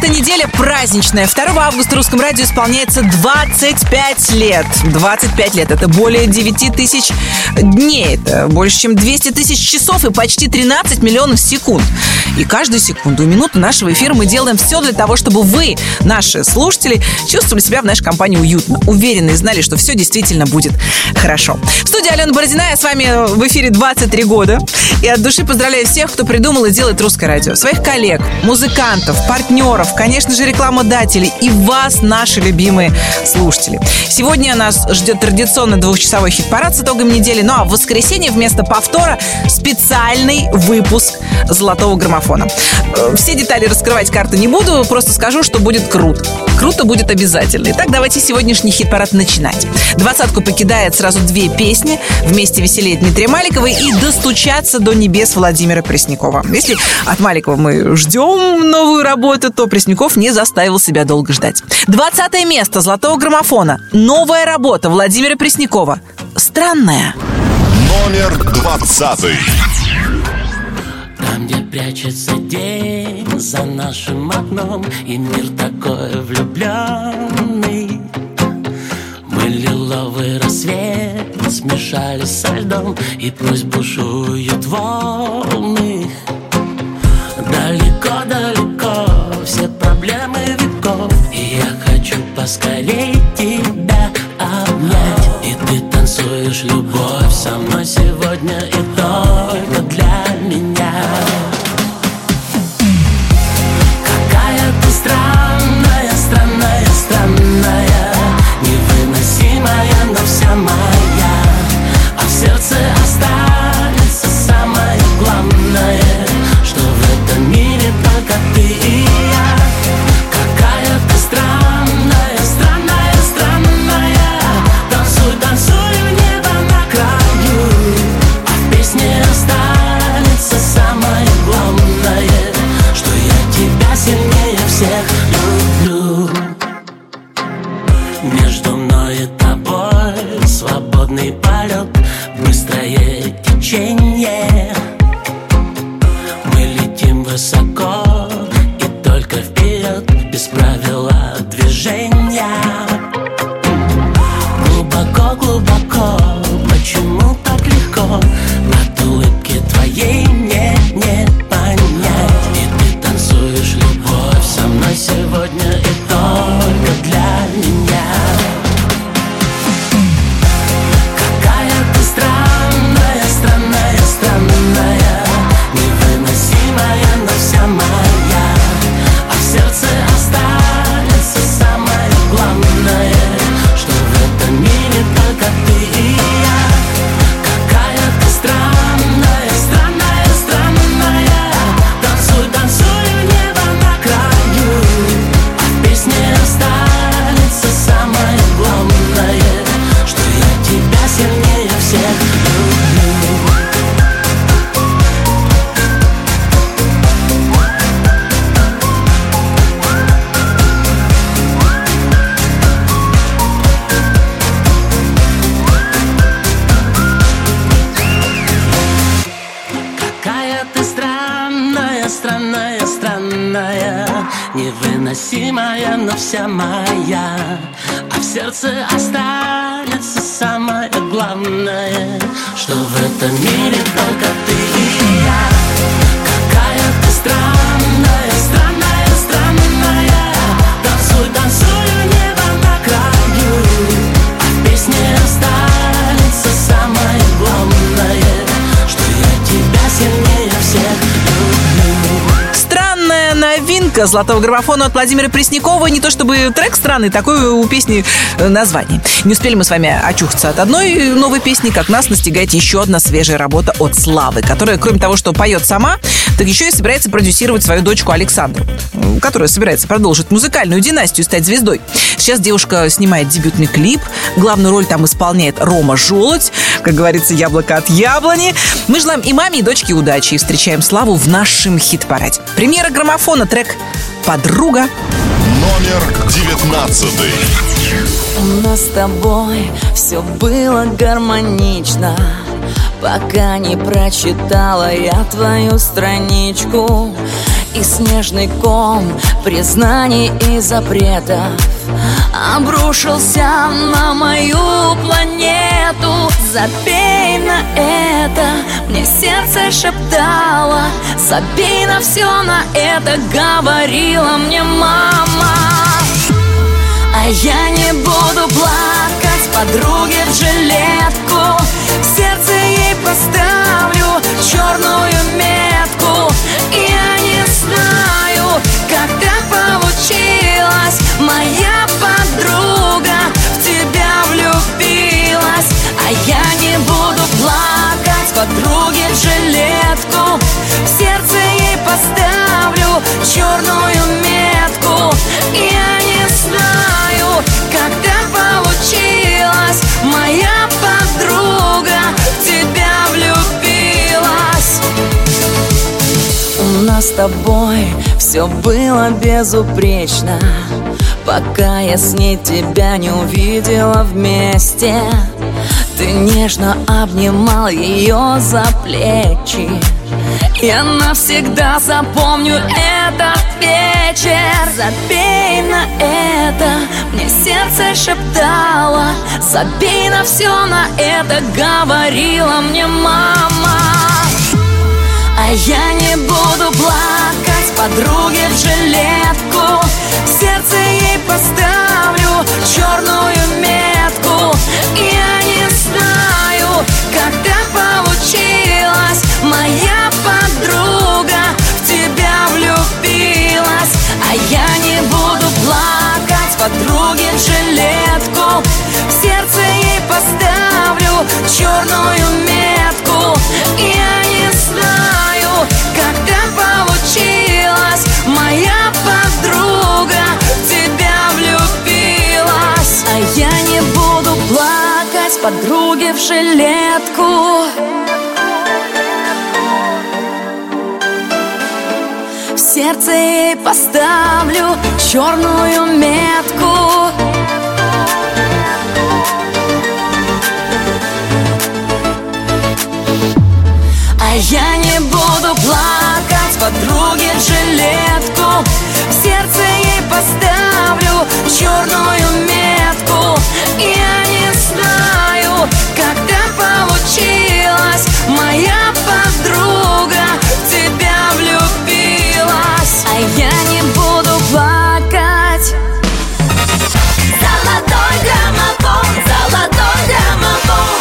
эта неделя праздничная. 2 августа Русскому радио исполняется 25 лет. 25 лет. Это более 9 тысяч дней. Это больше, чем 200 тысяч часов и почти 13 миллионов секунд. И каждую секунду и минуту нашего эфира мы делаем все для того, чтобы вы, наши слушатели, чувствовали себя в нашей компании уютно, уверенно и знали, что все действительно будет хорошо. В студии Алена Бородина, я с вами в эфире 23 года. И от души поздравляю всех, кто придумал и делает Русское радио. Своих коллег, музыкантов, партнеров, конечно же, рекламодателей и вас, наши любимые слушатели. Сегодня нас ждет традиционный 2-часовой хит-парад с итогом недели. Ну а в воскресенье вместо повтора специальный выпуск «Золотого граммофона». Все детали раскрывать карты не буду, просто скажу, что будет круто. Круто будет обязательно. Итак, давайте сегодняшний хит-парад начинать. 20-ку покидает сразу 2 песни «Вместе веселее» Дмитрия Маликова и «Достучаться до небес» Владимира Преснякова. Если от Маликова мы ждем новую работу, то Пресняков не заставил себя долго ждать. 20 место «Золотого граммофона». Новая работа Владимира Преснякова. «Странная». Номер 20. Там, где прячется день за нашим окном, и мир такой влюбленный. Мы лиловый рассвет смешались со льдом, и пусть бушуют волны. Далеко-далеко все проблемы веков, и я хочу поскорей тебя обнять. И ты танцуешь любовь со мной сегодня и только для меня. Какая ты странная, странная, странная, невыносимая, но вся моя. А в сердце останется самое главное, что в этом мире только ты и я. Какая ты странная, странная, странная, танцуй, танцуй в небо на краю. А в песне останется самое главное, что я тебя сильнее всех люблю. Между мной и тобой свободный полет, быстрое течение. Мы летим высоко и только вперед, без правила движения. Глубоко, глубоко, почему так легко от улыбки твоей мне не понять. И ты танцуешь любовь со мной сегодня и только для меня. Какая ты странная, странная, странная, невыносимая, но вся моя. А в сердце останется самое главное, что в этом мире только ты и я. Какая ты странная, странная, странная, танцуй, танцуй в небо на краю. А в песне останется самое главное, что я тебя сильнее всех люблю. Какая ты странная, странная, странная, невыносимая, но вся моя. А в сердце останется самое главное, что в этом мире только ты и я. Какая ты странная, странная, странная, танцуй, танцуй в небо на краю. А в песне останется самое главное, что я тебя сильнее всех люблю. Странная новинка «Золотого граммофона» от Владимира Преснякова. Не то чтобы трек странный, такое у песни название. Не успели мы с вами очухаться от одной новой песни, как нас настигает еще одна свежая работа от Славы, которая, кроме того, что поет сама, так еще и собирается продюсировать свою дочку Александру, которая собирается продолжить музыкальную династию, стать звездой. Сейчас девушка снимает дебютный клип. Главную роль там исполняет Рома Желудь. Как говорится, яблоко от яблони. Мы желаем и маме, и дочке удачи. И встречаем Славу в нашем хит-параде. Премьера граммофона, трек «Подруга». Номер 19. У нас с тобой все было гармонично, пока не прочитала я твою страничку. и снежный ком признаний и запретов обрушился на мою планету. Забей на это, мне сердце шептало. Забей на все на это, говорила мне мама. А я не буду плакать подруге в жилетку, в сердце ей поставлю черную метку. И я не знаю, как так получилось, моя подруга в тебя влюбилась. А я не буду плакать подруге в жилетку, в сердце ей поставлю черную метку. И я не знаю, как так получилось, моя подруга в тебя влюбилась. У нас с тобой все было безупречно, пока я с ней тебя не увидела вместе. Ты нежно обнимал ее за плечи. Я навсегда запомню этот вечер. Забей на это, мне сердце шептало. Забей на все на это, говорила мне мама. А я не буду плакать подруге в жилетку, в сердце ей поставлю черную метку. И я не знаю, как так получилось, моя подруга в тебя влюбилась. А я не буду плакать подруге в жилетку, в сердце ей поставлю черную метку. И я не знаю, как так получилось, моя подруга в тебя влюбилась. А я не буду плакать подруге в жилетку, в сердце ей поставлю черную метку. А я не буду плакать подруге в жилетку, в сердце ей поставлю черную метку. И я не знаю, как так получилось, моя подруга в тебя влюбилась. А я не буду плакать. Золотой граммофон, золотой граммофон,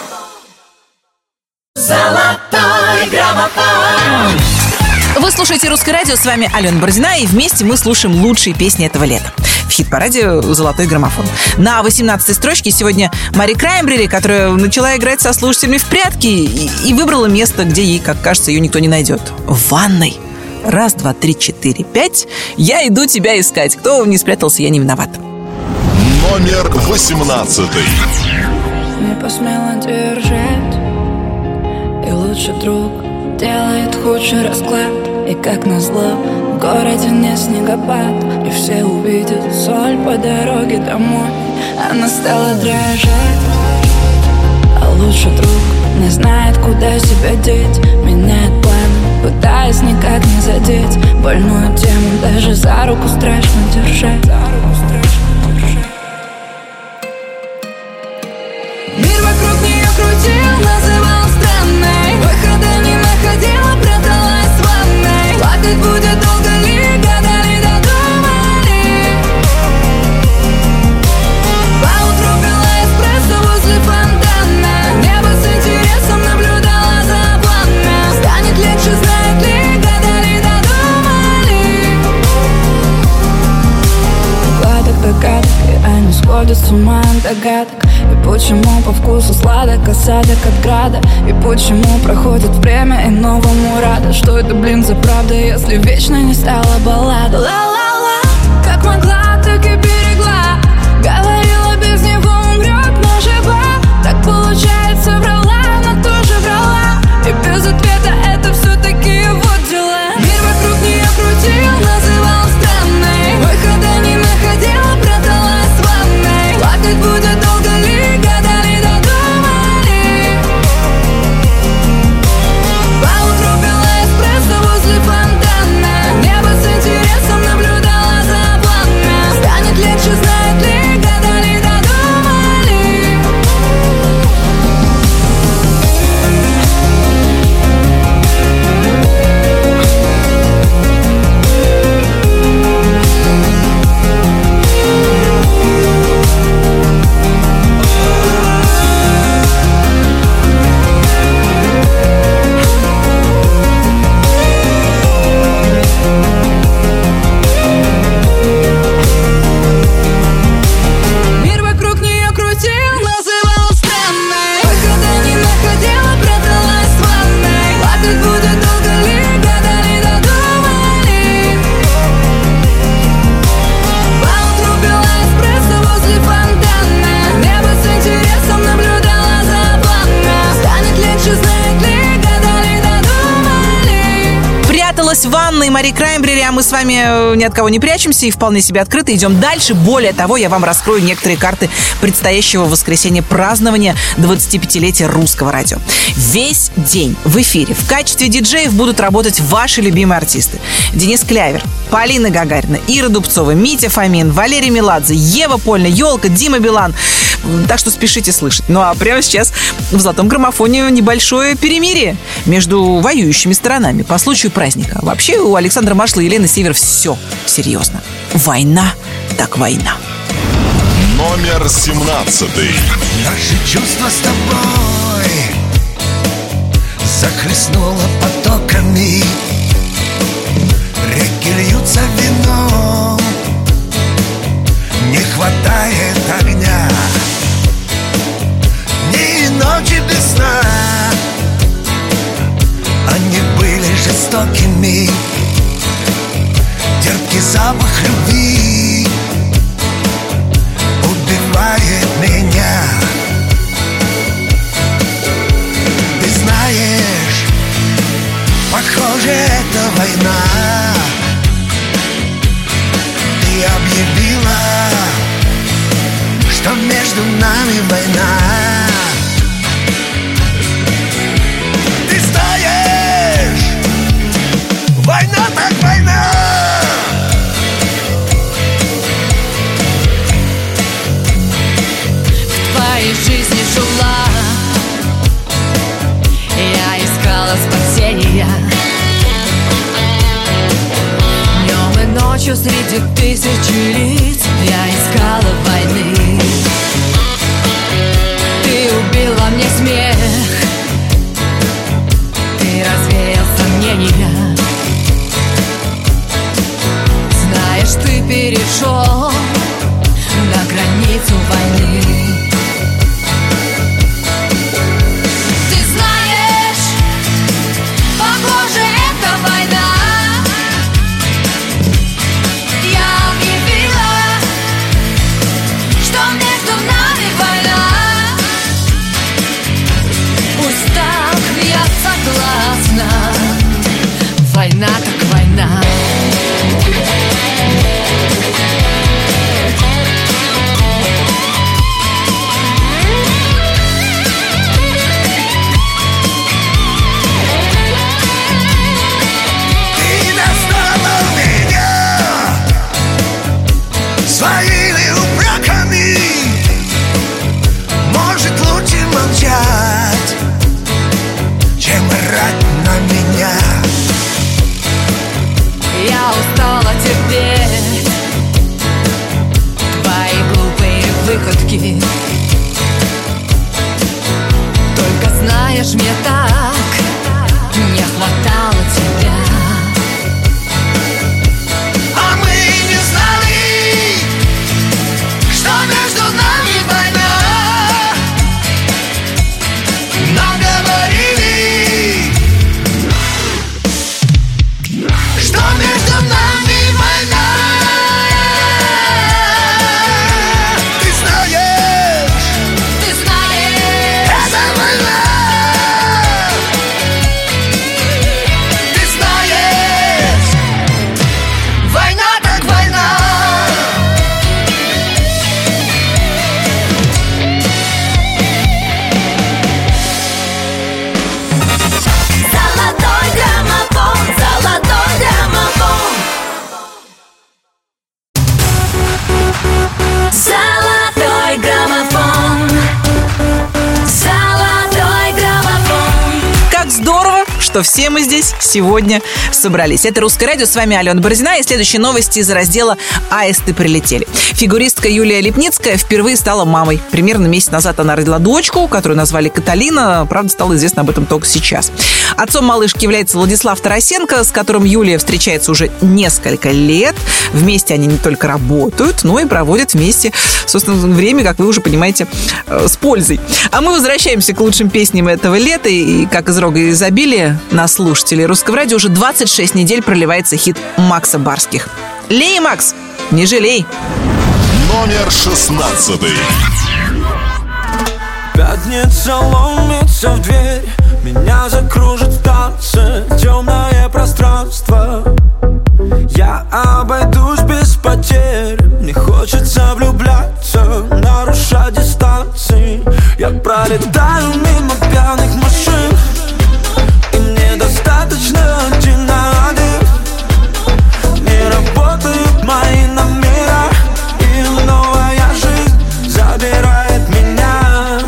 золотой граммофон. Вы слушаете «Русское радио», с вами Алена Бородина, и вместе мы слушаем лучшие песни этого лета. В хит-параде «Золотой граммофон». На 18-й строчке сегодня Мари Краймбрери, которая начала играть со слушателями в прятки и выбрала место, где ей, как кажется, ее никто не найдет. В ванной. 1, 2, 3, 4, 5. Я иду тебя искать. Кто не спрятался, я не виноват. Номер 18. Не посмела держать, и лучший друг делает худший расклад. И как назло, в городе не снегопад, и все увидят соль по дороге домой. Она стала дрожать, а лучший друг не знает, куда себя деть. Меняет планы, пытаясь никак не задеть больную тему, даже за руку страшно держать. Мир вокруг нее крутил, называл странной, выхода не находила, пряталась в ванной. Плакать будет долго ли, гадали, додумали. Поутру пила эспрессо возле фонтана, небо с интересом наблюдала за пламя. Станет легче, знает ли, гадали, додумали. Гладок догадок, и они сходят с ума от догадок. И почему по вкусу сладок осадок от града? И почему проходит время и новому рада? Что это, блин, за правда, если вечно не стала баллада? Ла-ла-ла, как могла, так и берегла. Говорила, без него умрет, но жива. Так получается, врала, она тоже врала. И без ответа это все-таки его дела. Мир вокруг нее крутил, называл странной, выхода не находила, пряталась в ванной. Плакать будет долго ли, гадали, додумали. Поутру пила эспрессо возле фонтана, Мари Краймбрери, а мы с вами ни от кого не прячемся и вполне себе открыто идем дальше. Более того, я вам раскрою некоторые карты предстоящего в воскресенье празднования 25-летия русского радио. Весь день в эфире в качестве диджеев будут работать ваши любимые артисты. Денис Клявер, Полина Гагарина, Ира Дубцова, Митя Фомин, Валерий Меладзе, Ева Польна, Ёлка, Дима Билан. Так что спешите слышать. Ну а прямо сейчас в «Золотом граммофоне» небольшое перемирие между воюющими сторонами по случаю праздника. Вообще у Александра Маршала и Елены Сивер все серьезно. Война так война. Номер 17. Наши чувства с тобой захлестнуло потоками. Реки льются вином, не хватает огня. Дни и ночи без сна, они были жестокими. Терпкий запах любви убивает меня. Ты знаешь, похоже, это война. Ты объявила, что между нами война. Ты знаешь, война так война. В твоей жизни жила, я искала спасения. Днем и ночью среди тысячи лиц я искала войны. Ты убил во мне смех, ты развеял сомнения. Знаешь, ты перешел на границу войны. Ты знаешь, похоже, это война. Я объявила, что между нами война. Пусть так, я согласна. Война так война. Ты достала меня своими упреками. Может, лучше молчать, чем орать на меня. Я устала терпеть твои глупые выходки. Только знаешь, мне так не хватало тебя. А мы не знали, что между нами война. Нам говорили, что между нами война. Ты знаешь, это война. Ты знаешь, война так война. Золотой граммофон, золотой граммофон. Золотой граммофон. Золотой граммофон. Как здорово, что все мы здесь сегодня собрались. Это «Русское радио», с вами Алена Бородина. И следующие новости из раздела «Аисты прилетели». Фигуристка Юлия Липницкая впервые стала мамой. Примерно месяц назад она родила дочку, которую назвали Каталина. Правда, стало известно об этом только сейчас. Отцом малышки является Владислав Тарасенко, с которым Юлия встречается уже несколько лет. Вместе они не только работают, но и проводят вместе, собственно, время, как вы уже понимаете, с пользой. А мы возвращаемся к лучшим песням этого лета. И, как из рога изобилия, на слушателей Русского радио уже 26 недель проливается хит Макса Барских. Лей, Макс, не жалей. Номер 16. Пятница ломится в дверь, меня закружит в танце темное пространство. Я обойдусь без потерь. Мне хочется влюбляться, нарушать дистанции. Я пролетаю мимо пьяных машин, и мне достаточно один на один. Не работают мои номера, и новая жизнь забирает меня.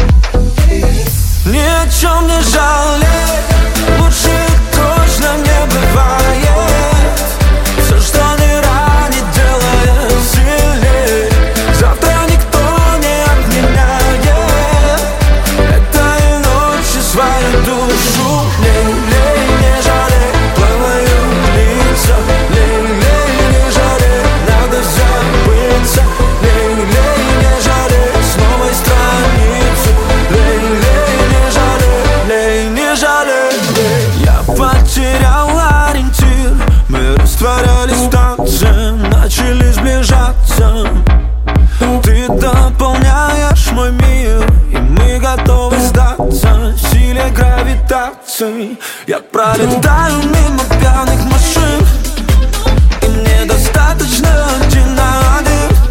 Ни о чем не жалеть, лучше точно не бывает. Все, что не ранит, делает сильнее. Завтра никто не отменяет этой ночи свою душу. Лей-лей, не жалей, плавают лица. Лей-лей, не жалей, надо забыться. Лей-лей, не жалей, с новой страницы. Лей-лей, не жалей, лей, не жалей. Я потерял ориентир, мы растворялись в танце, начали сближаться. Ты дополняешь мой мир, и мы готовы сдаться силе гравитации. Я пролетаю мимо пьяных машин, и мне достаточно один на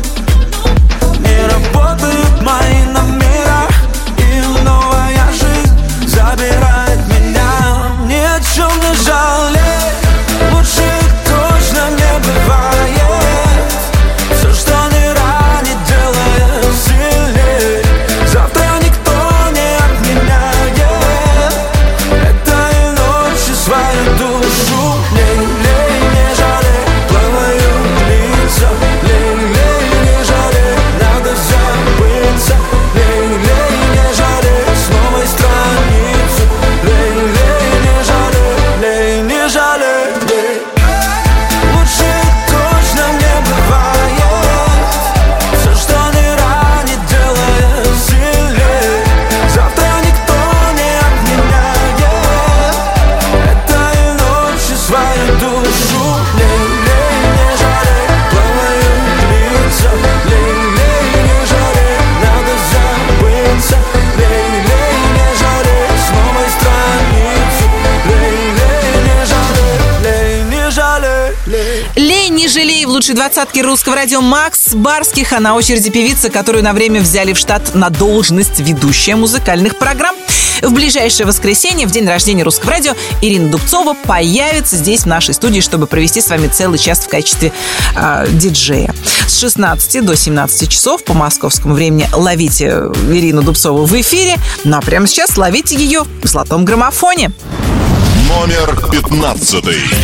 один. Не работают мои номера, и новая жизнь забирает меня. Ни о чем не жалеть, лучше точно не бывает. Все, что не ранит, делает сильнее. Завтра никто не отменяет этой ночи свою душу. Лей-лей, не жалей, плавают лица. Лей-лей, не жалей, надо забыться. Лей-лей, не жалей, с новой страницы. Лей-лей, не жалей, лей, не жалей, лей. Лучше точно не бывает. Все, что не ранит, делает сильнее. Завтра никто не отменяет этой ночи свою душу. Лей-лей, не жалей, плавают лица. Лей-лей, не жалей, надо забыться. Лей-лей, не жалей, с новой страницы. Лей-лей, не жалей, лей, не жалей, лей. Лей, не жалей в лучшей двадцатке русского радио Макс Барских, а на очереди певица, которую на время взяли в штат на должность ведущая музыкальных программ. В ближайшее воскресенье, в день рождения русского радио, Ирина Дубцова появится здесь, в нашей студии, чтобы провести с вами целый час в качестве диджея. С 16 до 17 часов по московскому времени ловите Ирину Дубцову в эфире. Ну а прямо сейчас ловите ее в золотом граммофоне. Номер 15.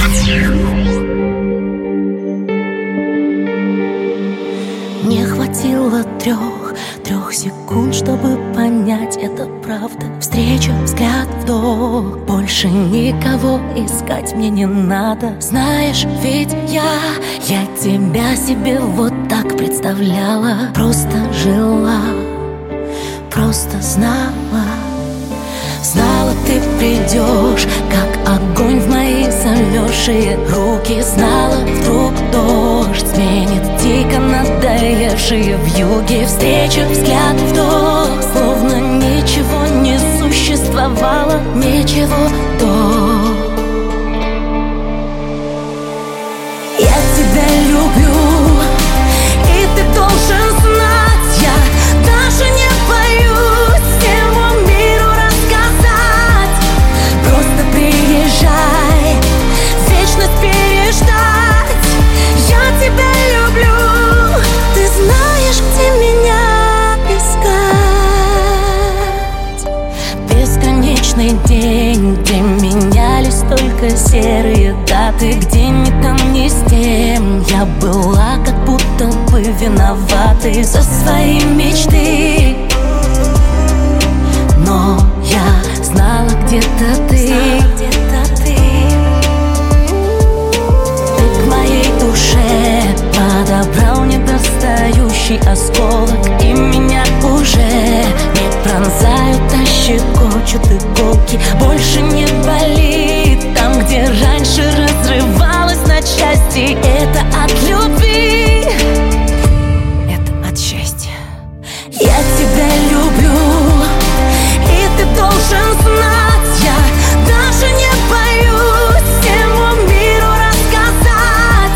Не хватило трех секунд, чтобы понять, это правда. Встреча, взгляд, вдох. Больше никого искать мне не надо. Знаешь, ведь я тебя себе вот так представляла. Просто жила, просто знала. Знала, ты придешь, как огонь в мои замерзшие руки. Знала, вдруг дождь сменит дико надоевшие вьюги. Встреча, взгляд, вдох, словно ничего не существовало, ничего до. Я тебя люблю, и ты должен знать, я даже не боюсь всему миру рассказать. Просто приезжай, вечность переждать. Я тебя люблю, ты знаешь, где меня искать. Бесконечный день, где менялись только серые даты, где ни там, ни с тем я была как будто бы виноватой за свои мечты. Но я знала, где-то ты. Ты к моей душе подобрал недостающий осколок, и меня уже не пронзают, а щекочут иголки. Больше не болит там, где раньше разрывалась на части. Это от любви, это от счастья. Я тебя люблю, и ты должен знать, я даже не боюсь всему миру рассказать.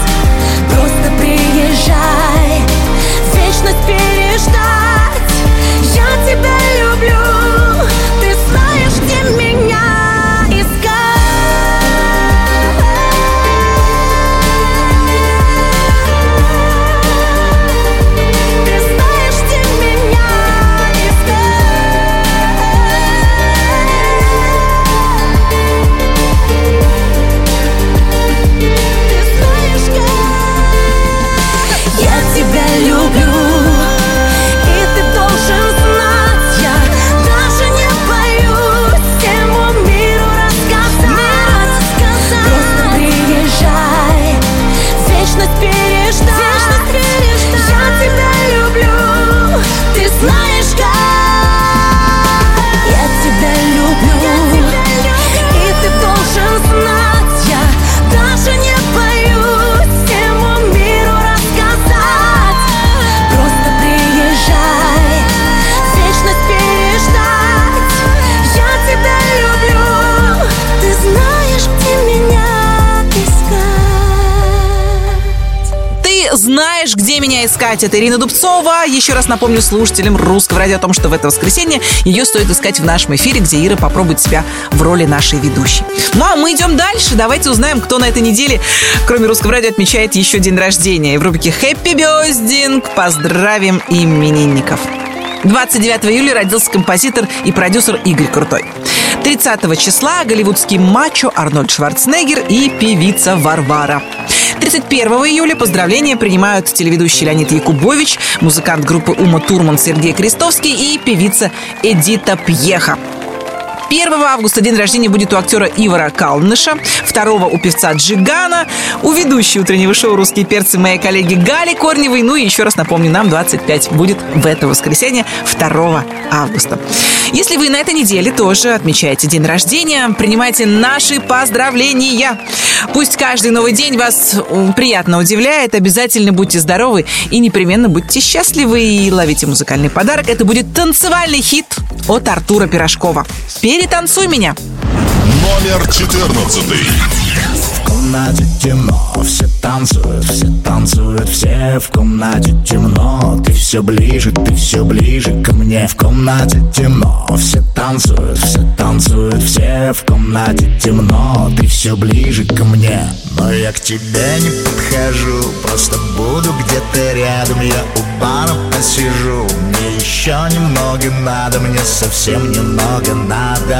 Где меня искать? Это Ирина Дубцова. Еще раз напомню слушателям Русского радио о том, что в это воскресенье ее стоит искать в нашем эфире, где Ира попробует себя в роли нашей ведущей. Ну а мы идем дальше. Давайте узнаем, кто на этой неделе, кроме Русского радио, отмечает еще день рождения. И в рубрике «Happy Birthday» поздравим именинников. 29 июля родился композитор и продюсер Игорь Крутой. 30 числа голливудский мачо Арнольд Шварценеггер и певица Варвара. 31 июля поздравления принимают телеведущий Леонид Якубович, музыкант группы Ума Турман Сергей Крестовский и певица Эдита Пьеха. 1 августа день рождения будет у актера Ивара Калныша, 2 у певца Джигана, у ведущей утреннего шоу «Русские перцы» моей коллеги Гали Корневой. Ну и еще раз напомню, нам 25 будет в это воскресенье, 2 августа. Если вы на этой неделе тоже отмечаете день рождения, принимайте наши поздравления. Пусть каждый новый день вас приятно удивляет. Обязательно будьте здоровы и непременно будьте счастливы. И ловите музыкальный подарок. Это будет танцевальный хит от Артура Пирожкова. «Перетанцуй меня». Номер 14. В комнате темно, все танцуют, все в комнате темно. Ты все ближе ко мне. В комнате темно, все танцуют, все в комнате темно. Ты все ближе ко мне. Но я к тебе не подхожу, просто буду где-то рядом. Я у бара посижу, мне еще немного надо, мне совсем немного надо.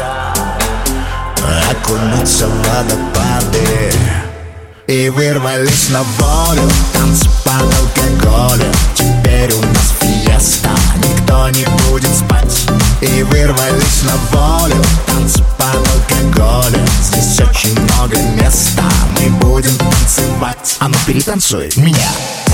Окунуться в водопады и вырвались на волю. Танцы под алкоголем, теперь у нас фиеста. Никто не будет спать и вырвались на волю. Танцы под алкоголем, здесь очень много места. Мы будем танцевать, а ну перетанцуй меня.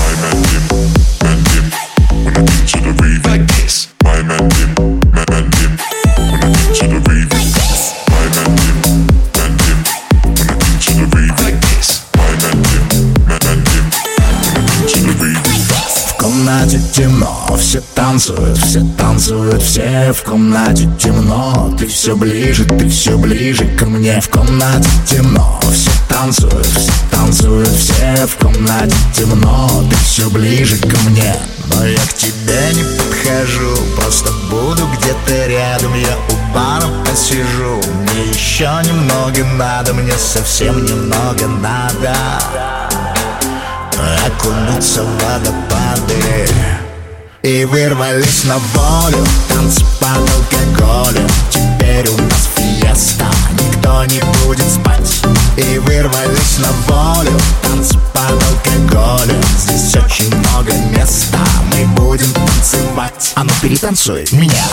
В комнате темно, все танцуют, все в комнате темно. Ты все ближе ко мне. В комнате темно, все танцуют, все в комнате темно. Ты все ближе ко мне. Но я к тебе не подхожу, просто буду где-то рядом. Я у бара посижу, мне еще немного надо, мне совсем немного надо. Окунуться в водопады и вырвались на волю. Танцы под алкоголем, теперь у нас фиеста. Никто не будет спать и вырвались на волю. Танцы под алкоголем, здесь очень много места. Мы будем танцевать, а ну перетанцуй меня.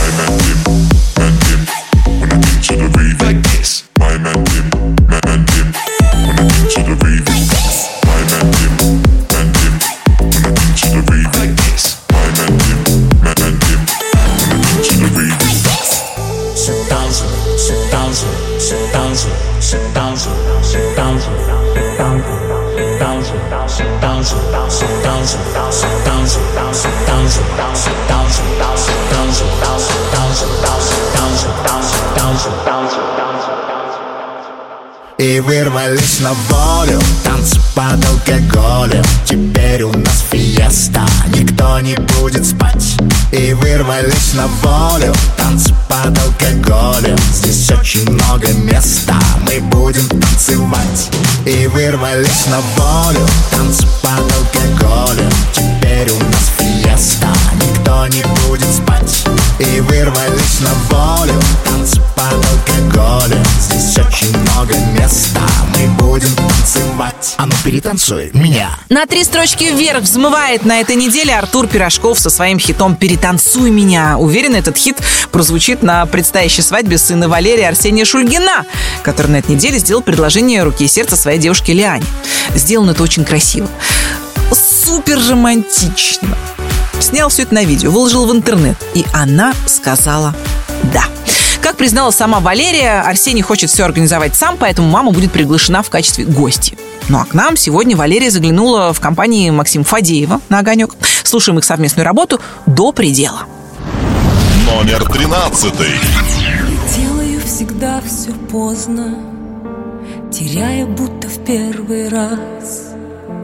И вырвались на волю. Танцы под алкоголем, теперь у нас фиеста. Никто не будет спать и вырвались на волю. Танцы под алкоголем, здесь очень много места. Мы будем танцевать и вырвались на волю. Танцы под алкоголем, теперь у нас фиеста. Никто не будет спать и вырвались на волю. Танцы под алкоголем, здесь очень много места. Мы будем танцевать, а ну перетанцуй меня. На 3 строчки вверх взмывает на этой неделе Артур Пирожков со своим хитом «Перетанцуй меня». Уверен, этот хит прозвучит на предстоящей свадьбе сына Валерия Арсения Шульгина, который на этой неделе сделал предложение руки и сердца своей девушке Лиане. Сделано это очень красиво, супер романтично. Снял все это на видео, выложил в интернет, и она сказала «да». Как признала сама Валерия, Арсений хочет все организовать сам, поэтому мама будет приглашена в качестве гостьи. Ну а к нам сегодня Валерия заглянула в компании Максима Фадеева на «Огонек». Слушаем их совместную работу «До предела». Номер 13. Делаю всегда все поздно, теряя будто в первый раз.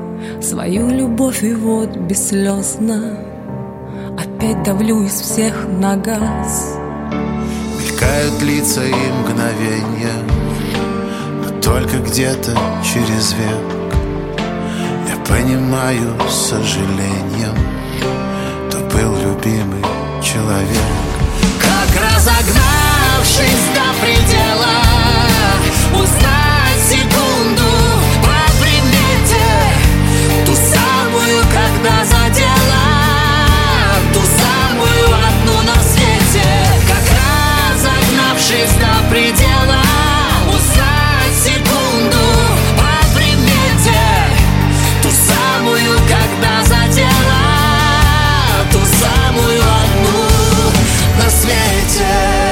свою любовь, и вот бесслезно опять давлю из всех на газ. Мелькают лица и мгновенья, но только где-то через век я понимаю с сожалением, то был любимый человек. Как разогнавшись до предела, узнать секунду по примете, ту самую, когда задела, ту самую одну на свете. Как разогнавшись до предела, узнать секунду по примете, ту самую, когда задела, ту самую одну на свете.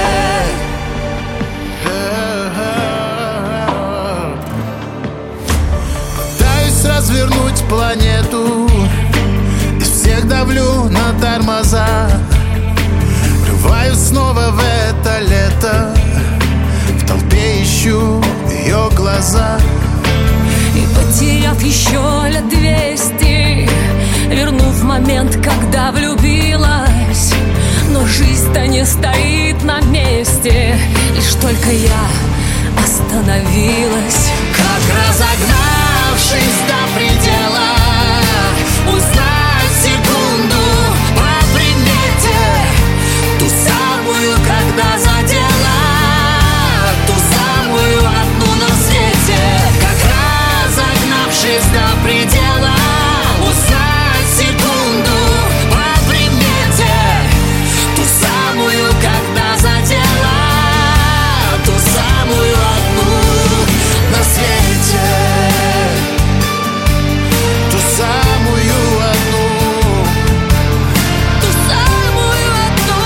Пытаюсь развернуть планету, из всех давлю на тормоза. Врываюсь снова в это лето, в толпе ищу ее глаза. И потеряв еще лет 200, вернув момент, когда влюбилась, но жизнь-то не стоит на месте, лишь только я остановилась. Как разогнавшись до предела, узнать секунду по примете, ту самую, когда задела, ту самую одну на свете. Как разогнавшись до предела, узнать секунду по примете, ту самую, когда задела, ту самую одну на свете. Ту самую одну, ту самую одну.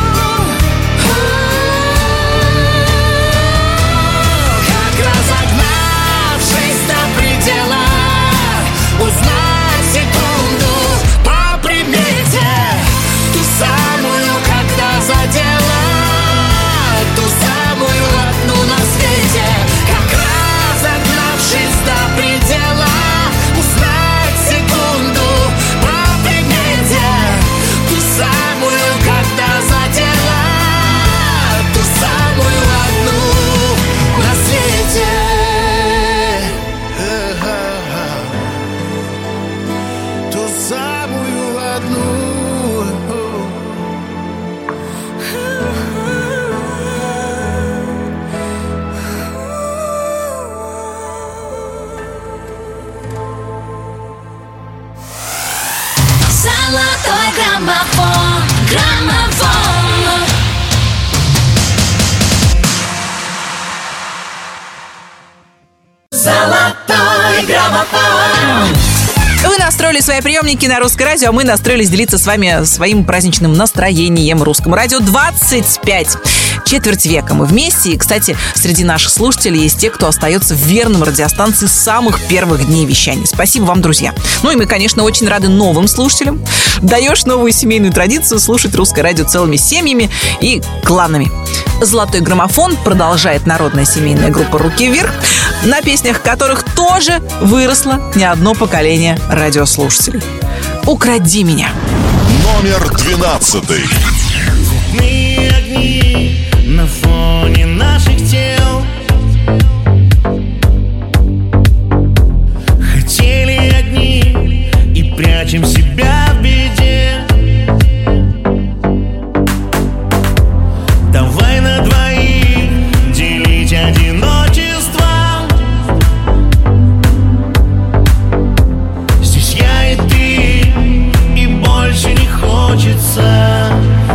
Как разогнавшись до предела, узнать секунду по примете, ту самую, когда задела, ту самую одну на свете. Как разогнавшись до предела, узнать секунду по примете, ту самую, когда задела, ту самую одну на свете. Ту самую одну. Золотой граммофон, граммофон. Золотой граммофон. Вы настроили свои приемники на Русское радио, а мы настроились делиться с вами своим праздничным настроением. Русскому радио 25. Четверть века мы вместе. И, кстати, среди наших слушателей есть те, кто остается верным радиостанции с самых первых дней вещания. Спасибо вам, друзья. Ну и мы, конечно, очень рады новым слушателям. Даешь новую семейную традицию слушать Русское радио целыми семьями и кланами. «Золотой граммофон» продолжает народная семейная группа «Руки вверх», на песнях которых тоже выросло не одно поколение радиослушателей. «Укради меня». Номер 12. Цветные огни на фоне наших тел. Хотели одни и прячем себя в беде. Давай на двоих делить одиночество. Здесь я и ты, и больше не хочется.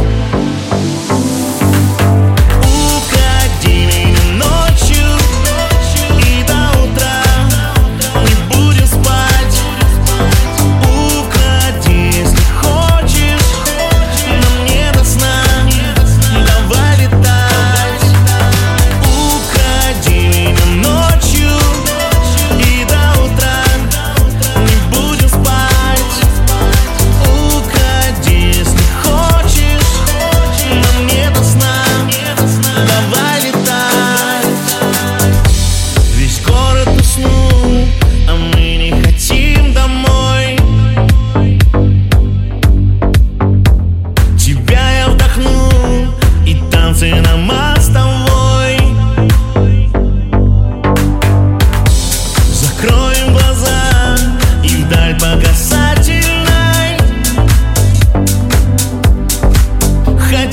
Укради меня ночью и до утра. Не будем спать. Укради, если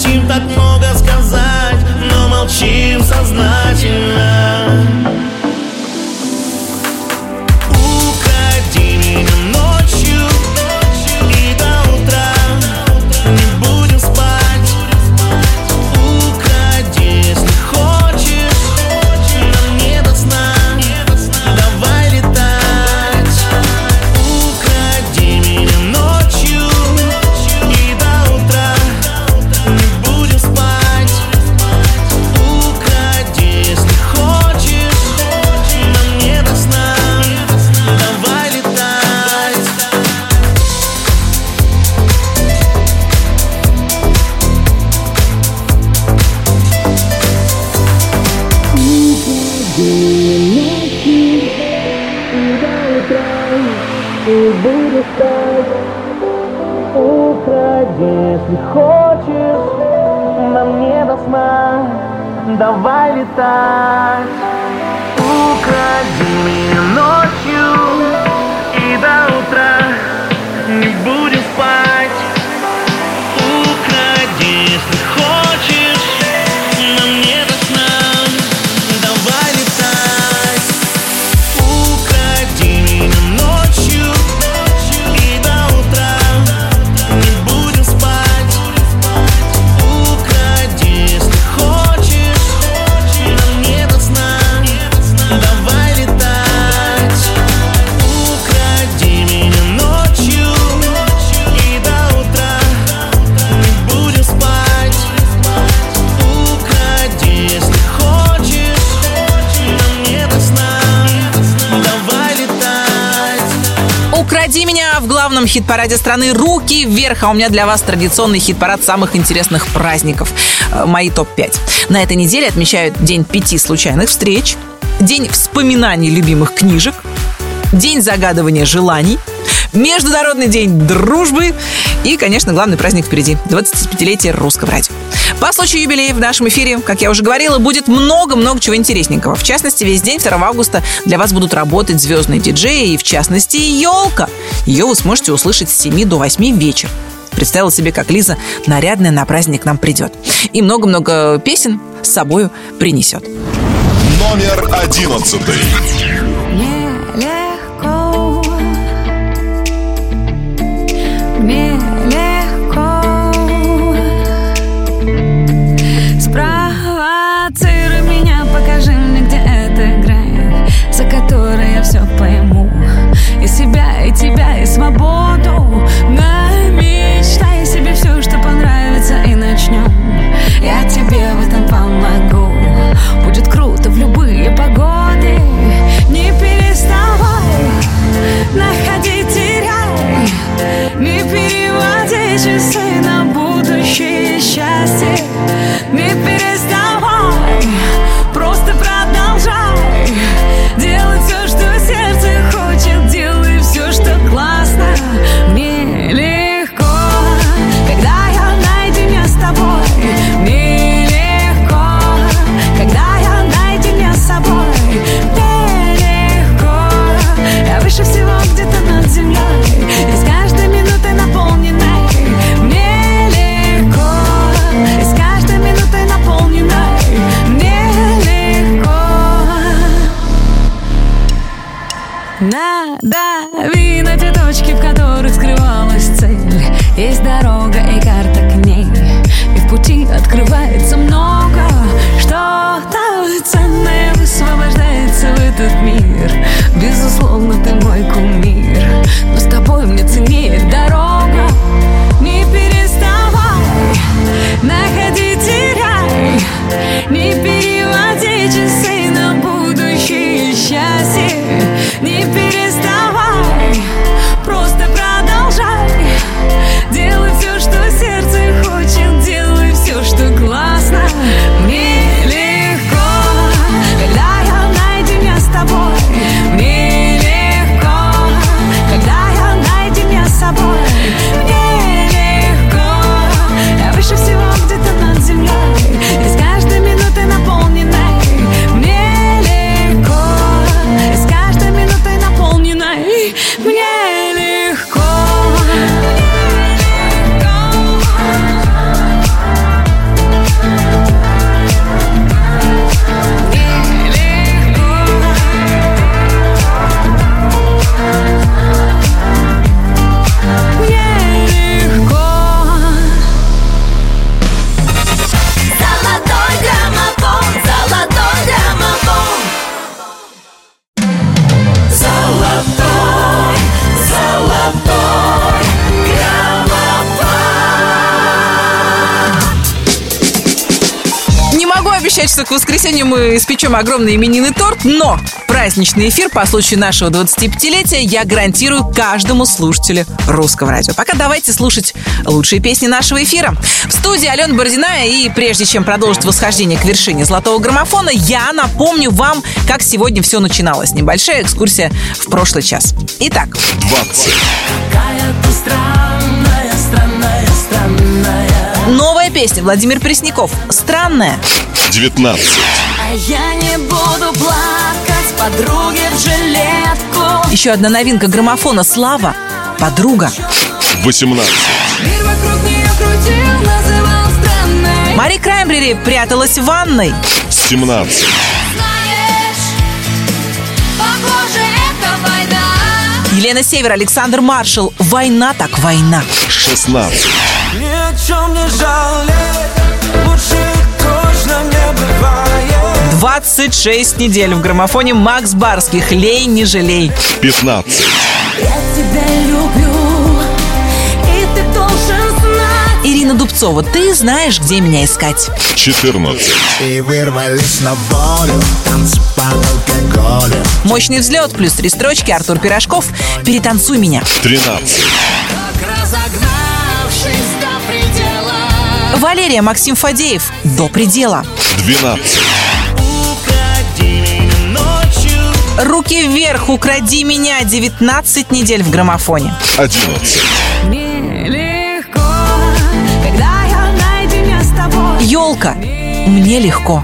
хотим так много сказать, но молчим сознательно. Укради меня ночью и до утра, не будем спать. Укради, если хочешь, нам не до сна, давай летать. Укради меня ночью и до утра, не будем спать. Укради, если хочешь, нам не до сна, давай летать. Укради, если хочешь, нам не до сна, давай летать. Укради меня ночью и до утра, не будем спать. Укради, если хочешь, нам не до сна, давай летать. Укради меня ночью и до утра, не будем спать. Укради, если хочешь, нам не до сна, давай летать. Укради меня ночью и до утра, не будем спать. Укради, если хочешь, нам не до сна, давай летать. «Укради меня» в главном хит-параде страны «Руки вверх». А у меня для вас традиционный хит-парад самых интересных праздников. Мои топ-5. На этой неделе отмечают День 5 случайных встреч, День вспоминаний любимых книжек, День загадывания желаний, Международный день дружбы и, конечно, главный праздник впереди – 25-летие русского радио. По случаю юбилея в нашем эфире, как я уже говорила, будет много-много чего интересненького. В частности, весь день 2 августа для вас будут работать звездные диджеи и, в частности, елка. Ее вы сможете услышать с 7 до 8 вечера. Представила себе, как Лиза нарядная на праздник к нам придет. И много-много песен с собою принесет. Номер 11. Мне легко спровоцируй меня, покажи мне, где эта грань, за которой я все пойму. И себя, и тебя, и свободу. Намечтай себе все, что понравится, и начнем. Я тебе в этом помогу. Будет круто в любые погоды. Не переставай, находи, теряй. Не переводи часы на будущее счастье. Не переставай, просто продолжай. Делай все, что сердце хочет. Делай все, что классно. Мне легко, когда я наедине с тобой. Мне легко, когда я наедине с собой. Мне легко, я выше всего где-то над землей. И с каждой минутой наполненной. Мне легко, и с каждой минутой наполненной. Мне легко. Надави на те точки, в которых скрывалась цель. Есть дорога и карта к ней. И в пути открывается много. Что-то ценное высвобождается в этот мир. Безусловно, ты мой кумир. Но с тобой мне ценнее дорога. Не переставай, находи, теряй. Не переводи часы на будущее счастье. Не переставай, просто продолжай. Делай все, что сердце хочет. Делай все, что классно. Мне легко, когда я наедине с тобой. Мне легко, когда я наедине с собой. Мне легко, я выше всего где-то над землей. И с каждой минутой на обещать, что к воскресенью мы испечем огромный именинный торт, но праздничный эфир по случаю нашего 25-летия я гарантирую каждому слушателю Русского радио. Пока давайте слушать лучшие песни нашего эфира. В студии Алена Бородина, и прежде чем продолжить восхождение к вершине золотого граммофона, я напомню вам, как сегодня все начиналось. Небольшая экскурсия в прошлый час. Итак, 20. Какая ты странная, странная, странная. новая песня Владимир Пресняков «Странная». 19. А я не буду плакать, подруге в жилетку. Еще одна новинка граммофона «Слава. Подруга». 18. Мир вокруг нее крутил, называл странной. Мари Краймбрери пряталась в ванной. 17. Знаешь, похоже, это война. Елена Север, Александр Маршал «Война так война». 16. Ни о чем не жалеть, лучше точно не бывает. 26 недель в граммофоне Макс Барских «Лей, не жалей». 15. Я тебя люблю, и ты должен знать. Ирина Дубцова «Ты знаешь, где меня искать». 14. И вырвались на волю, танцы под алкоголем. Мощный взлет плюс 3 строчки. Артур Пирожков «Перетанцуй меня». 13. Разогнавшись до предела, Валерия Максим Фадеев «До предела». 12. укради меня ночью. Руки вверх, укради меня. 19 недель в граммофоне. 11. Мне легко, когда я наедине с тобой. Елка «Мне легко».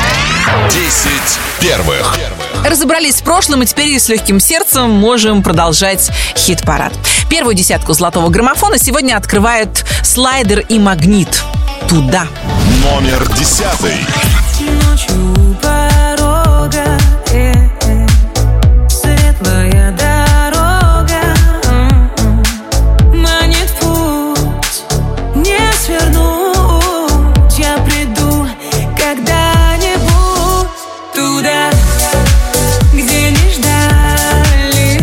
10 первых. Разобрались с прошлым, и теперь с легким сердцем можем продолжать хит-парад. Первую десятку золотого граммофона сегодня открывает слайдер и магнит. Туда. Номер 10. Ночью у порога, светлая дорога, манит путь, не свернуть. Я приду когда-нибудь туда, где не ждали,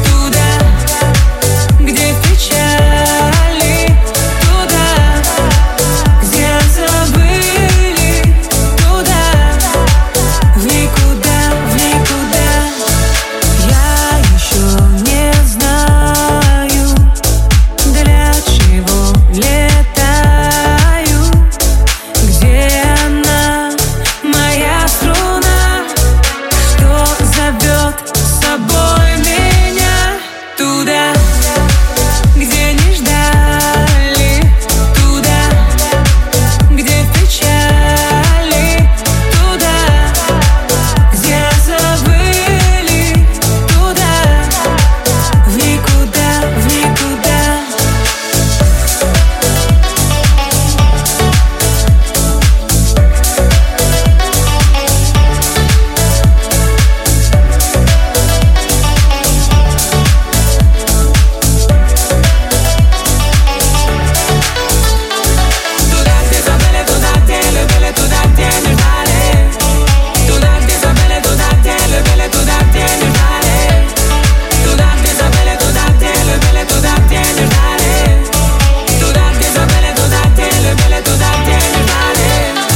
туда, где в печали, туда, где забыли, туда, в никуда, в никуда. Я еще не знаю, для чего летаю, где она, моя струна, что зовет с собой меня туда, где не ждали, туда, где в печали, туда, где забыли, туда, в никуда, в никуда. Туда, где забыли, туда, где любили, туда, где не ждали. Туда, где забыли, туда, где любили, туда, где не ждали. Туда, где забыли, туда, где любили, туда, где не ждали. Туда, где забыли, туда, где любили, туда, где не ждали.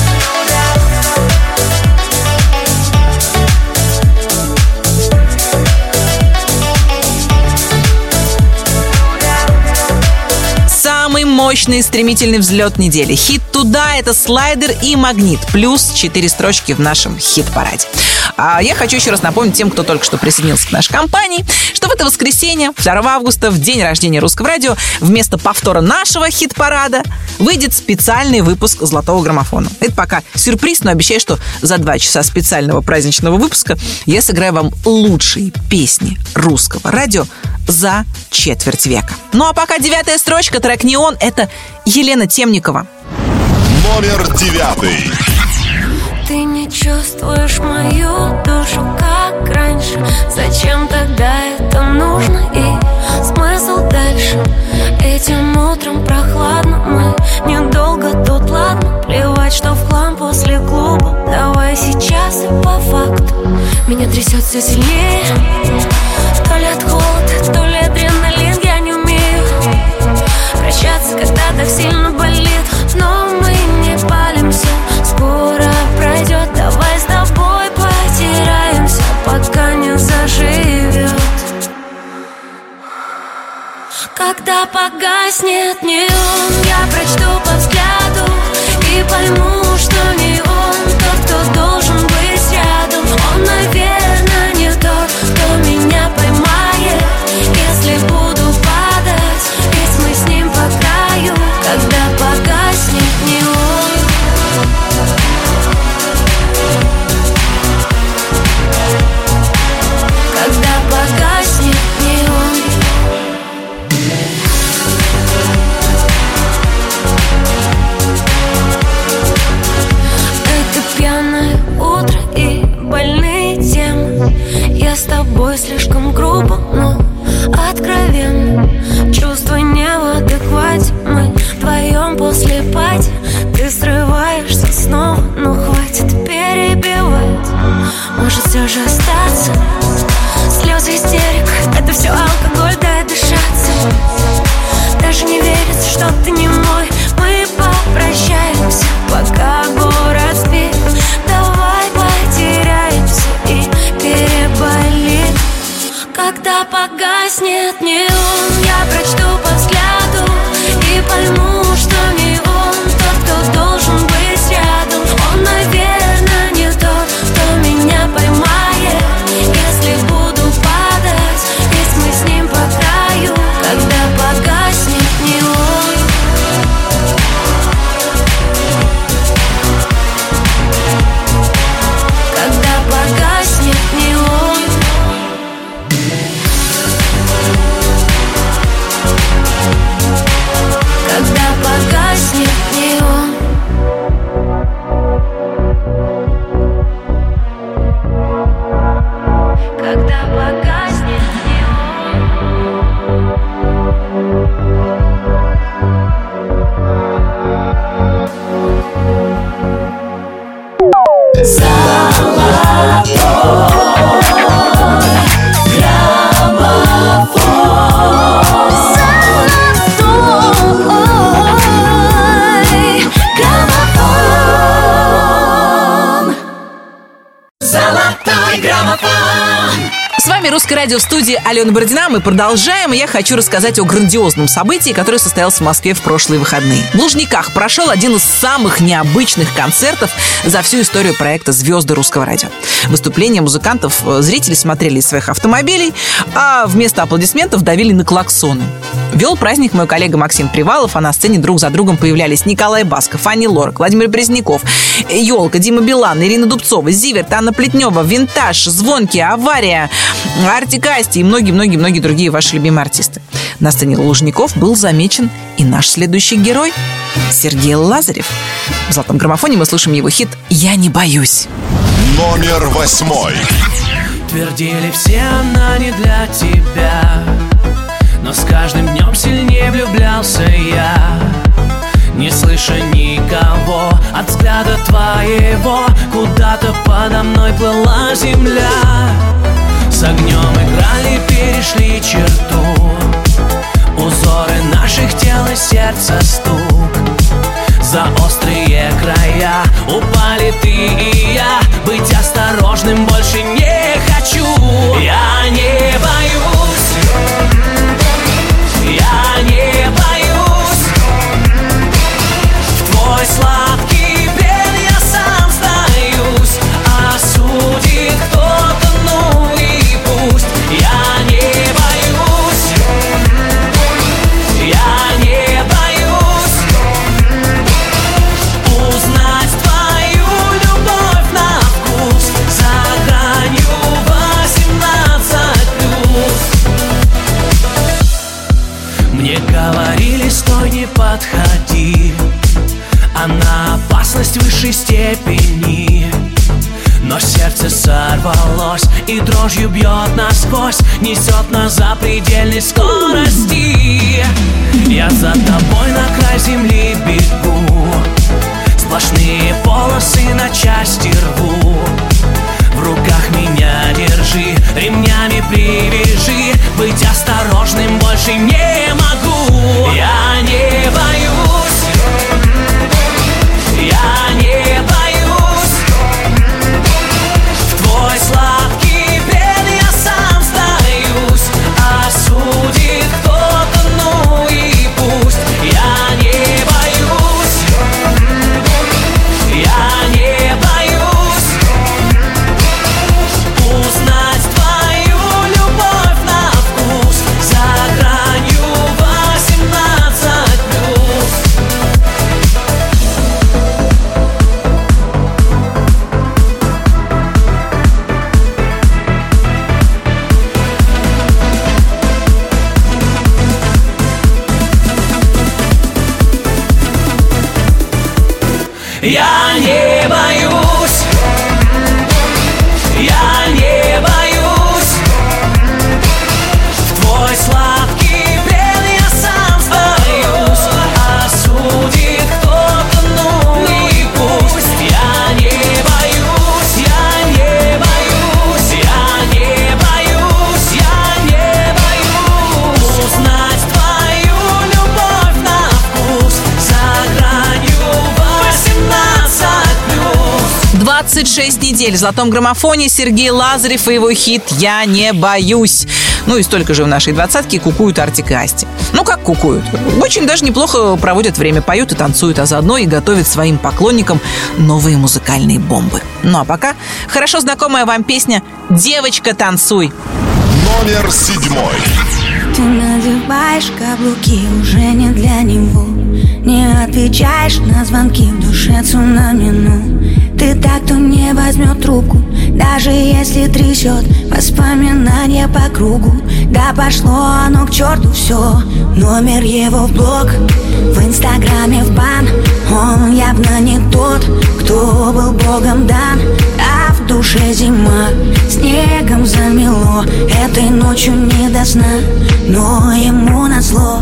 Самый мощный и стремительный взлет недели. Хит «Туда» — это слайдер и магнит. Плюс 4 строчки в нашем хит-параде. А я хочу еще раз напомнить тем, кто только что присоединился к нашей компании, что в это воскресенье, 2 августа, в день рождения Русского радио, вместо повтора нашего хит-парада выйдет специальный выпуск «Золотого граммофона». Это пока сюрприз, но обещаю, что за 2 часа специального праздничного выпуска я сыграю вам лучшие песни Русского радио за четверть века. Ну а пока 9-я строчка, трек «Неон» — это Елена Темникова. Номер 9. Ты не чувствуешь мою душу, как раньше. Зачем тогда это нужно и смысл дальше? Этим утром прохладно, мы недолго тут, ладно. Плевать, что в хлам после клуба. Давай сейчас и по факту. Меня трясет все сильнее. То ли от холода, то ли адреналин. Я не умею прощаться, когда так сильно болит. Но мы не палимся, скоро пройдет. Когда погаснет неон, я прочту по взгляду и пойму, что не он тот, кто должен быть рядом. Он, наверное, не тот, кто меня поймает, если буду падать, ведь мы с ним по краю. Когда погаснет неон, когда погаснет неон. Это пьяное утро и больные темы. Я с тобой слишком грубо, но откровенно. Чувства не в адеквате, мы вдвоем после пати. Ты срываешься снова, но хватит перебивать. Может все же остаться. Слезы, истерика, это все алкоголь, дай дышаться. Даже не верится, что ты не мой. Мы попрощаемся, пока город спит. Давай потеряемся и переболим. Когда погаснет неон, я прочту по взгляду и пойму, что не он тот, кто должен быть рядом. Он, наверное, не тот, кто меня поймает, если буду падать, ведь мы с ним по краю. Когда погаснет неон, когда погаснет неон, когда погаснет неон. Когда погаснет Золотой граммофон. С вами Русское радио, в студии Алена Бородина. Мы продолжаем, и я хочу рассказать о грандиозном событии, которое состоялось в Москве в прошлые выходные. В Лужниках прошел один из самых необычных концертов за всю историю проекта «Звезды Русского радио». Выступления музыкантов зрители смотрели из своих автомобилей, а вместо аплодисментов давили на клаксоны. Вел праздник мой коллега Максим Привалов, а на сцене друг за другом появлялись Николай Басков, Ани Лорак, Владимир Пресняков, Ёлка, Дима Билан, Ирина Дубцова, Зиверт, Анна Плетнева, Винтаж, Звонкий, Авария, Артик Асти и многие-многие другие ваши любимые артисты. На сцене Лужников был замечен и наш следующий герой Сергей Лазарев. В «Золотом граммофоне» мы слышим его хит «Я не боюсь». Номер 8. Твердили все, она не для тебя, но с каждым днем сильнее влюблялся я. Не слыша никого, от взгляда твоего куда-то подо мной плыла земля. С огнем играли, перешли черту, узоры наших тел и сердца стук. За острые края упали ты и я. Быть осторожным больше не хочу. Я не боюсь, я не боюсь. В твой сладкий плен я сам сдаюсь. Осудит кто-то, ну и пусть. Я не боюсь, я не боюсь узнать твою любовь на вкус за гранью 18+. Мне говорили, стой, не подходи, а на опасность высшей степени. Но сердце сорвалось и дрожью бьет насквозь, несет нас за предельной скорости. Я за тобой на край земли бегу, сплошные полосы на части рву. В руках меня держи, ремнями привяжи. Быть осторожным больше не могу. Я не боюсь, я не боюсь. В твой сладкий плен я сам сдаюсь. Осудит кто-то, ну Я не боюсь, я не боюсь. В твой сладкий плен я сам сдаюсь. Осудит кто-то, ну и пусть. Я не боюсь, я не боюсь, я не боюсь, я не боюсь. Узнать твою любовь на вкус за гранью 18+. 26 недель в золотом граммофоне Сергей Лазарев и его хит «Я не боюсь». Ну и столько же в нашей двадцатке кукуют Артик и Асти. Ну как кукуют? Очень даже неплохо проводят время, поют и танцуют, а заодно и готовят своим поклонникам новые музыкальные бомбы. Ну а пока хорошо знакомая вам песня «Девочка, танцуй». Номер 7. Ты надеваешь каблуки уже не для него. Не отвечаешь на звонки, в душе цунами, ну. Ты так, кто не возьмет трубку, даже если трясет воспоминания по кругу. Да пошло оно к черту все. Номер его в блог, в инстаграме в бан. Он явно не тот, кто был богом дан. А в душе зима, снегом замело. Этой ночью не до сна, но ему назло.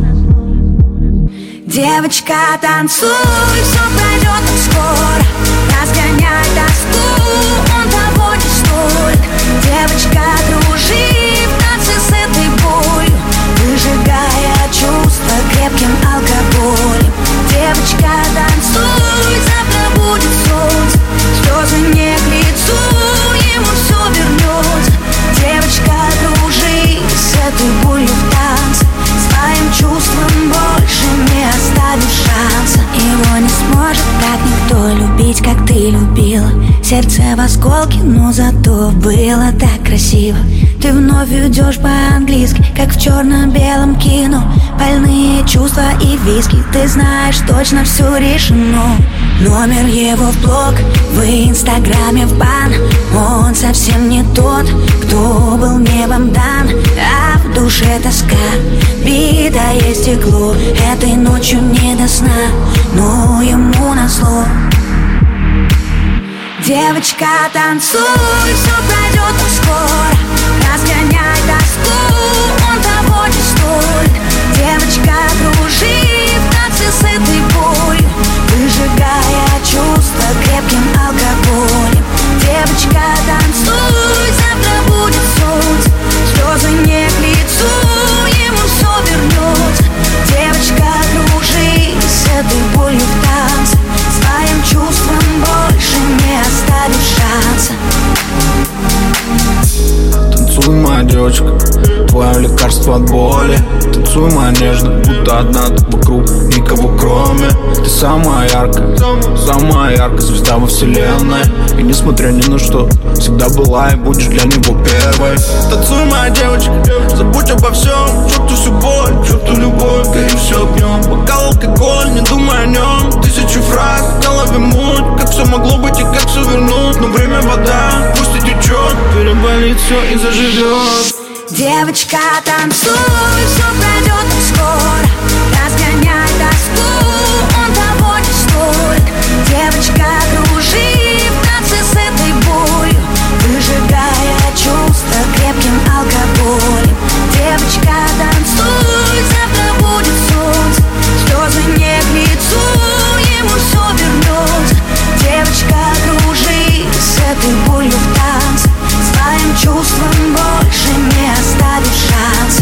Девочка, танцуй, все пройдет скоро. Разгоняй тоску, он того не стоит. Девочка, кружи в танце с этой болью, выжигая чувства крепким алкоголем. Девочка, танцуй, завтра будет солнце. Слезы не к лицу, ему все вернется. Девочка, кружи с этой болью в танце. Своим чувством больше не оставишь шанса. Его не сможет так никто любить, как ты любила. Сердце в осколке, но зато было так красиво. Ты вновь идешь по-английски, как в черно-белом кино. Больные чувства и виски, ты знаешь, точно все решено. Номер его в блог, в инстаграме в бан. Он совсем не тот, кто был небом дан. А в душе тоска, битое стекло. Этой ночью не до сна, но ему назло. Девочка, танцуй, все пройдет скоро. Разгоняй тоску, он того не стоит. Девочка, кружи в танце с этой болью, выжигая чувства крепким алкоголем. Девочка, танцуй, завтра будет солнце. Слезы не к лицу, ему все вернется. Девочка, кружи с этой болью в танце. Своим чувством больше не оставишь шанса. Танцуй, моя девочка, твое лекарство от боли. Танцуй, моя нежная, будто одна тут вокруг, никого кроме. Ты самая яркая звезда во вселенной. И несмотря ни на что, всегда была и будешь для него первой. Танцуй, моя девочка, забудь обо всем. Черту всю боль, черту любовь, гори все огнем. Бокал, алкоголь, не думай о нем. Тысячу фраз, в голове муть. Как все могло быть и как все вернуть. Но время вода, пусть и течет, переболит все и заживет. Девочка, танцуй, все пройдет скоро. Разгоняй тоску, он того не стоит. Девочка, кружи в танце с этой болью, выжигая чувства крепким алкоголем. Девочка, танцуй, завтра будет солнце. Слезы не к лицу, ему все вернется. Девочка, кружи с этой болью в танце. Своим чувством больше не оставишь шанса.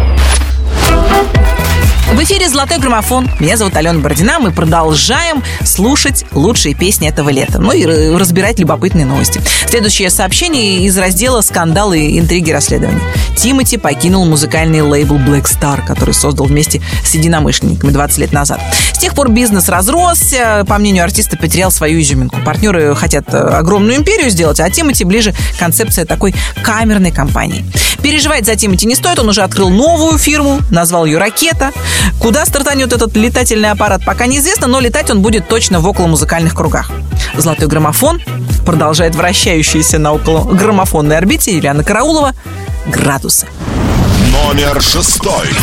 В эфире «Золотой граммофон». Меня зовут Алена Бородина. Мы продолжаем слушать лучшие песни этого лета. Ну и разбирать любопытные новости. Следующее сообщение из раздела «Скандалы, интриги, расследования». Тимати покинул музыкальный лейбл Black Star, который создал вместе с единомышленниками 20 лет назад. С тех пор бизнес разросся. По мнению артиста, потерял свою изюминку. Партнеры хотят огромную империю сделать, а Тимати ближе концепция такой камерной компании. Переживать за Тимати не стоит. Он уже открыл новую фирму, назвал ее «Ракета». Куда стартанет этот летательный аппарат, пока неизвестно, но летать он будет точно в околомузыкальных кругах. «Золотой граммофон» продолжает вращающаяся на околограммофонной орбите Юлиана Караулова «Градусы». Номер 6.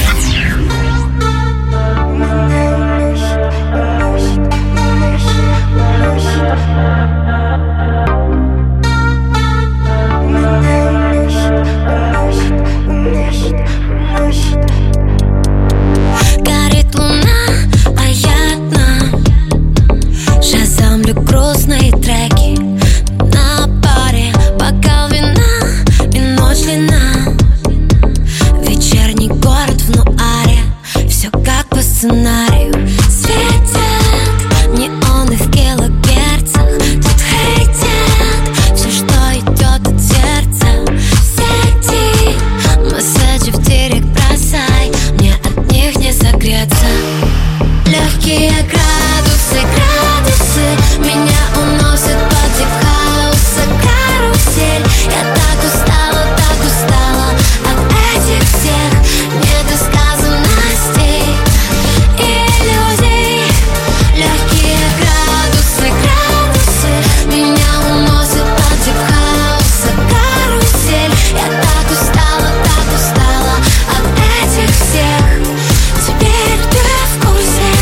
Горит луна, а я одна. Шазамлю грустные треки на паре, бокал вина и ночь длина. Вечерний город в нуаре, все как по сценарию. Светят неоны в килогерцах, тут хейтят все, что идет от сердца. Сети, месседжи в директ бросай, мне от них не согреться. Легкие градусы, градусы меня уносят под дип-хауса карусель. Я так устала от этих всех недосказанностей, иллюзий. Легкие градусы, градусы меня уносят под дип-хауса карусель. Я так устала от этих всех. Теперь ты в курсе.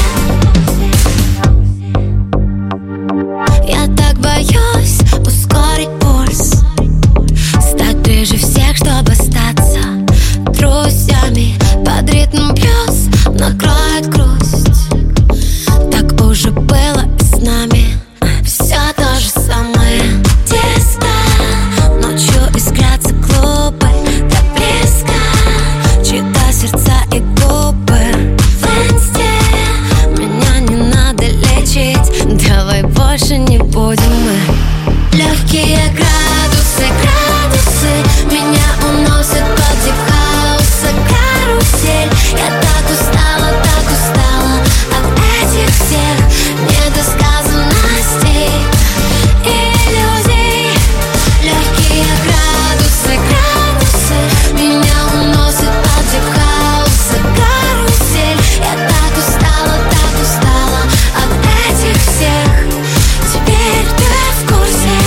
Я так боюсь ускорить пульс, стать ближе всех, чтобы остаться друзьями. Под ритм плюс накроет грусть. Так уже было и с нами. Все то же самое. Диско, ночью искрятся клубы, так близко, чьи-то сердца и губы. В инсте меня не надо лечить, давай больше не будем мы. Легкие градусы, градусы меня уносят под дип-хауса карусель. Я так устала от этих всех недосказанностей, иллюзий. Легкие градусы, градусы меня уносят под дип-хауса карусель. Я так устала от этих всех. Теперь ты в курсе.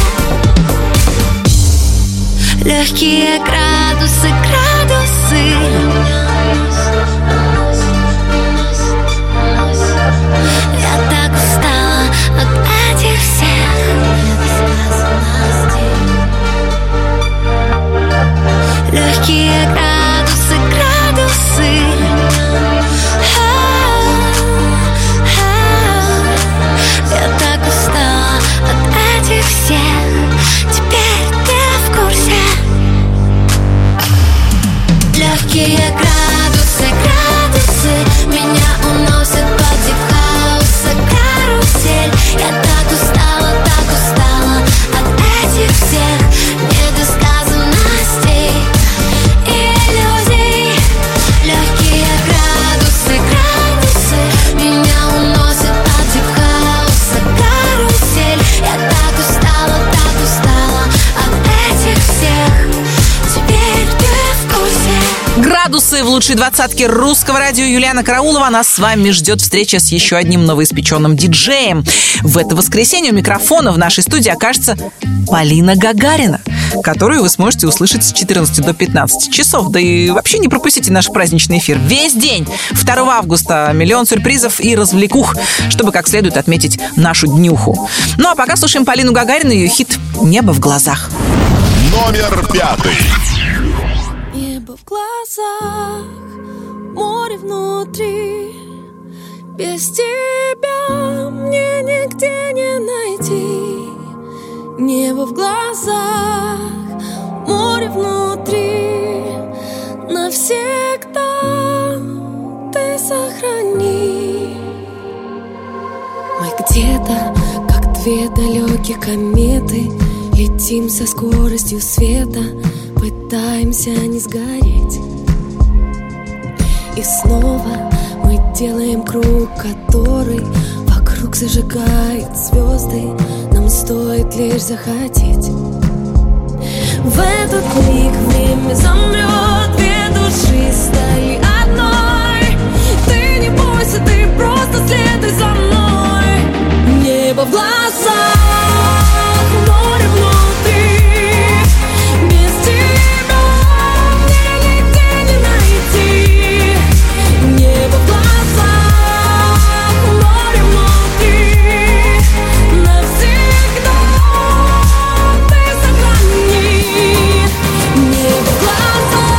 Легкие градусы, градусы. Я так устала от этих всех недосказанностей. Легкие градусы, градусы. Я так устала от этих всех. Теперь ты в курсе. Легкие градусы, градусы меня уносят под дип-хауса карусель. Я так устала от этих всех недосказанностей, иллюзий. Легкие градусы, градусы меня уносят под дип-хауса карусель. Я так устала от этих всех. Теперь ты в курсе. Градусы в лучшей двадцатке русского радио. Юлиана Караулова. Нас с вами ждет встреча с еще одним новоиспеченным диджеем. В это воскресенье у микрофона в нашей студии окажется Полина Гагарина, которую вы сможете услышать с 14 до 15 часов. Да и вообще не пропустите наш праздничный эфир. Весь день. 2 августа миллион сюрпризов и развлекух, чтобы как следует отметить нашу днюху. Ну а пока слушаем Полину Гагарину и ее хит «Небо в глазах». Номер 5. Небо в глазах, море внутри. Без тебя мне нигде не найти. Небо в глазах, море внутри. Навсегда ты сохрани. Мы ракета, как две далекие кометы. Летим со скоростью света, пытаемся не сгореть. И снова мы делаем круг, который вокруг зажигает звезды. Нам стоит лишь захотеть. В этот миг время замрет, две души стали одной. Ты не бойся, ты просто следуй за мной. Небо в глазах, море внутри. Без тебя мне нигде не найти. Небо в глазах, море внутри. Навсегда ты сохрани. Небо в глазах.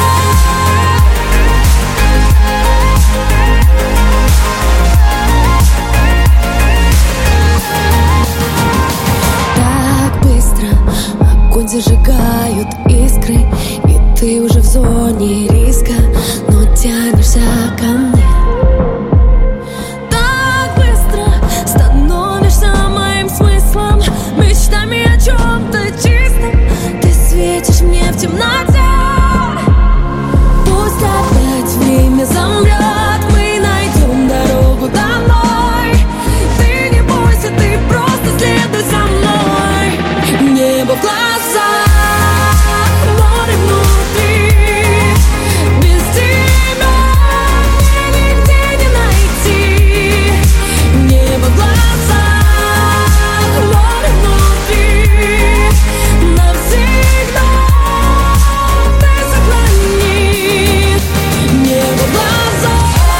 Так быстро огонь зажигают искры, и ты уже в зоне риска, но тянешься ко мне. Так быстро становишься моим смыслом, мечтами о чем-то чистом. Ты светишь мне в темноте. Пусть опять время замрет, мы найдем дорогу домой. Ты не бойся, ты просто следуй за мной. Небо в глазах, море внутри. Без тебя мне нигде не найти. Небо в глазах, море внутри. Навсегда ты сохрани. Небо в глазах.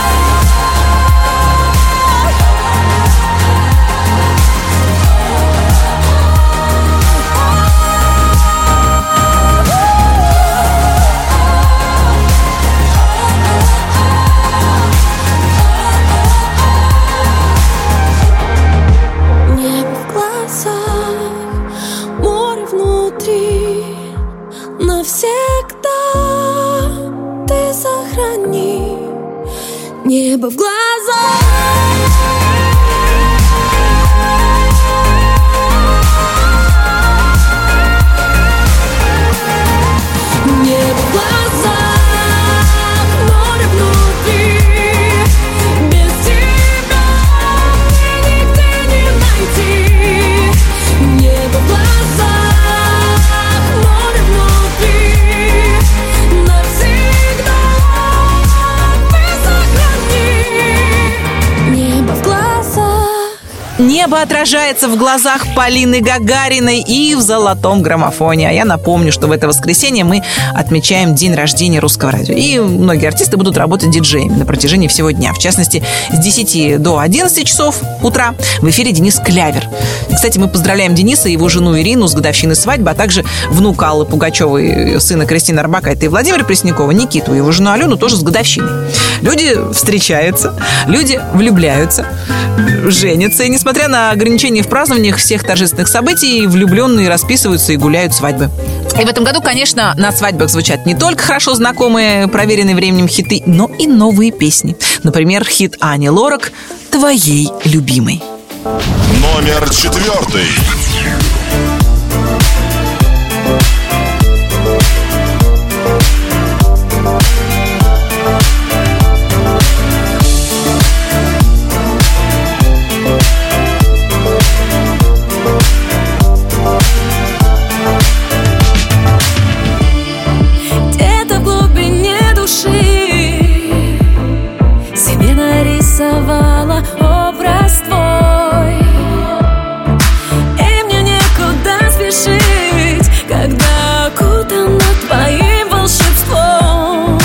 Небо в глазах, море внутри. Навсегда ты сохрани. Небо в глазах. Небо в глазах, море внутри. Без тебя мне нигде не найти. Небо в глазах, море внутри. Навсегда ты сохрани. Небо в глазах. Небо отражается в глазах Полины Гагариной и в золотом граммофоне. А я напомню, что в это воскресенье мы отмечаем день рождения Русского радио. И многие артисты будут работать диджеями на протяжении всего дня. В частности, с 10 до 11 часов утра в эфире Денис Клявер. Кстати, мы поздравляем Дениса и его жену Ирину с годовщиной свадьбы, а также внука Аллы Пугачевой, сына Кристины Арбакайте и Владимира Преснякова, Никиту и его жену Алену тоже с годовщиной. Люди встречаются, люди влюбляются, женятся. И несмотря на ограничения в празднованиях всех торжественных событий, влюбленные расписываются и гуляют свадьбы. И в этом году, конечно, на свадьбах звучат не только хорошо знакомые, проверенные временем хиты, но и новые песни. Например, хит Ани Лорак «Твоей любимой». Номер 4. Где-то в глубине души себе нарисовала образ твой. И мне некуда спешить, когда окутана твоим волшебством.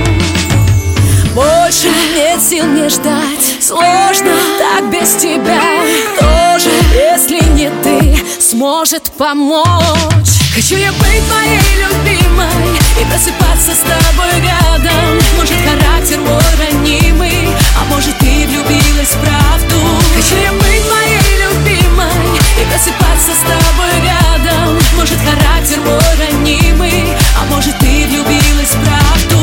Больше нет сил мне ждать, сложно так без тебя. Тоже, если не ты, сможет помочь. Хочу я быть твоей любимой и просыпаться с тобой рядом. Может, характер мой ранимый, а может, ты влюбилась в правду. Хочу я быть твоей любимой и просыпаться с тобой рядом. Может, характер мой ранимый, а может, ты влюбилась в правду.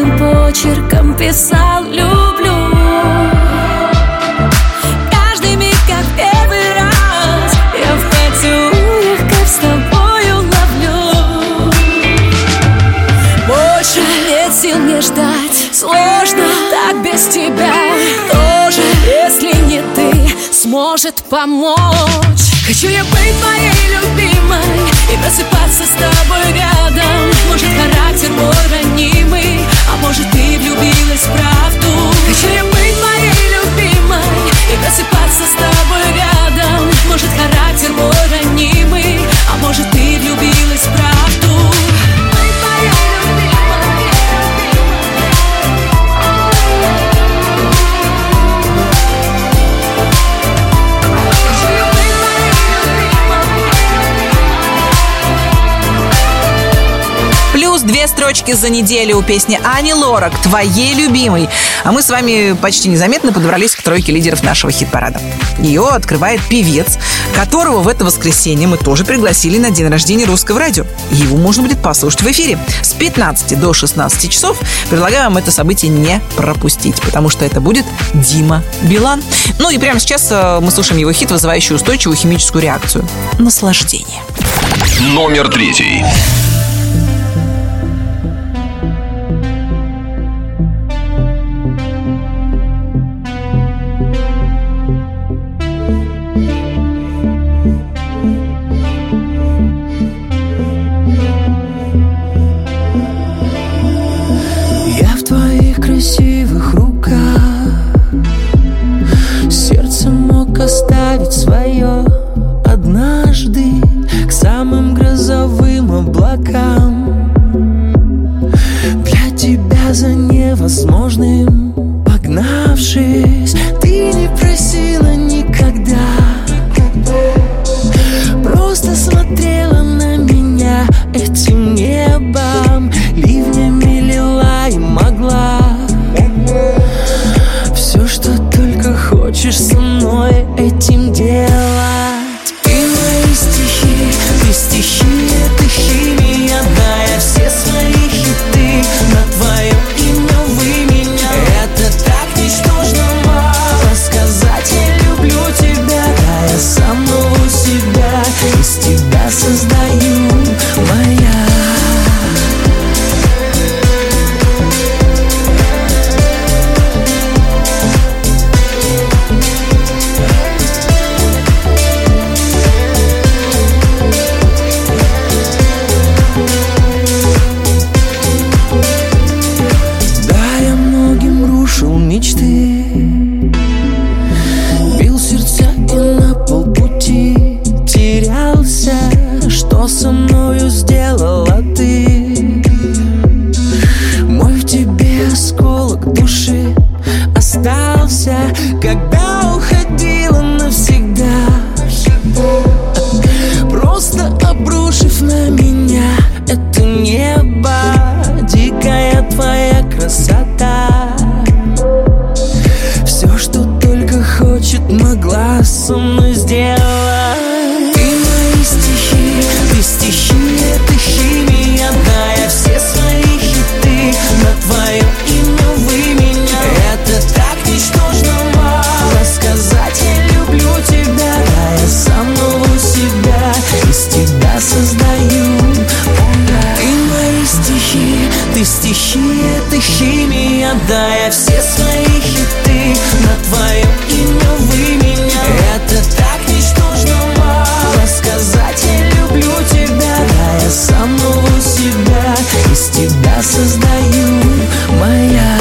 твоим почерком писал «люблю». Каждый миг как первый раз я в поцелуях как с тобою ловлю. Больше нет сил мне ждать, сложно так без тебя. Тоже, если не ты, сможет помочь. Хочу я быть твоей любимой и просыпаться с тобой рядом. Может, характер мой ранимый, а может, ты влюбилась в правду. Хочу я быть твоей любимой и просыпаться с тобой рядом. Может, характер мой ранимый, а может, ты влюбилась в правду. Плюс 2 строчки за неделю у песни Ани Лорак «Твоей любимой». А мы с вами почти незаметно подобрались к тройке лидеров нашего хит-парада. Ее открывает певец, которого в это воскресенье мы тоже пригласили на день рождения Русского радио. Его можно будет послушать в эфире. С 15 до 16 часов предлагаю вам это событие не пропустить, потому что это будет Дима Билан. Ну и прямо сейчас мы слушаем его хит, вызывающий устойчивую химическую реакцию. Наслаждение. Номер 3. Красивых руках сердце мог оставить свое однажды к самым грозовым облакам. Для тебя за невозможным погнавшись, ты не просила никогда, просто смотрела на меня этим небом, ливнями лила и могла. Все, что только хочешь со мной этим делать. Ты мои стихи, ты стихи, это химия. Да, я все свои хиты на твое имя вы меня. Это так ничтожно мало сказать я люблю тебя. Да, я самого себя из тебя создаю, моя. Мечты бил сердца и на полпути терялся. Что со мною сделала ты? Мой в тебе осколок души остался, когда уходила навсегда, просто обрушив на меня это небо. Дикая твоя красота, все, что только хочет, могла со мной сделать. Ты мои стихи, ты стихи, это химия. Да, я все свои хиты на твое имя вы меня. Это так ничтожно мало сказать я люблю тебя. Да, я самого себя из тебя создаю. Ты мои стихи, ты стихи, это химия. Да, я все свои хиты на твое имя вы меня. Это так ничтожно мало сказать я люблю тебя. Да, я самого себя из тебя создаю, моя.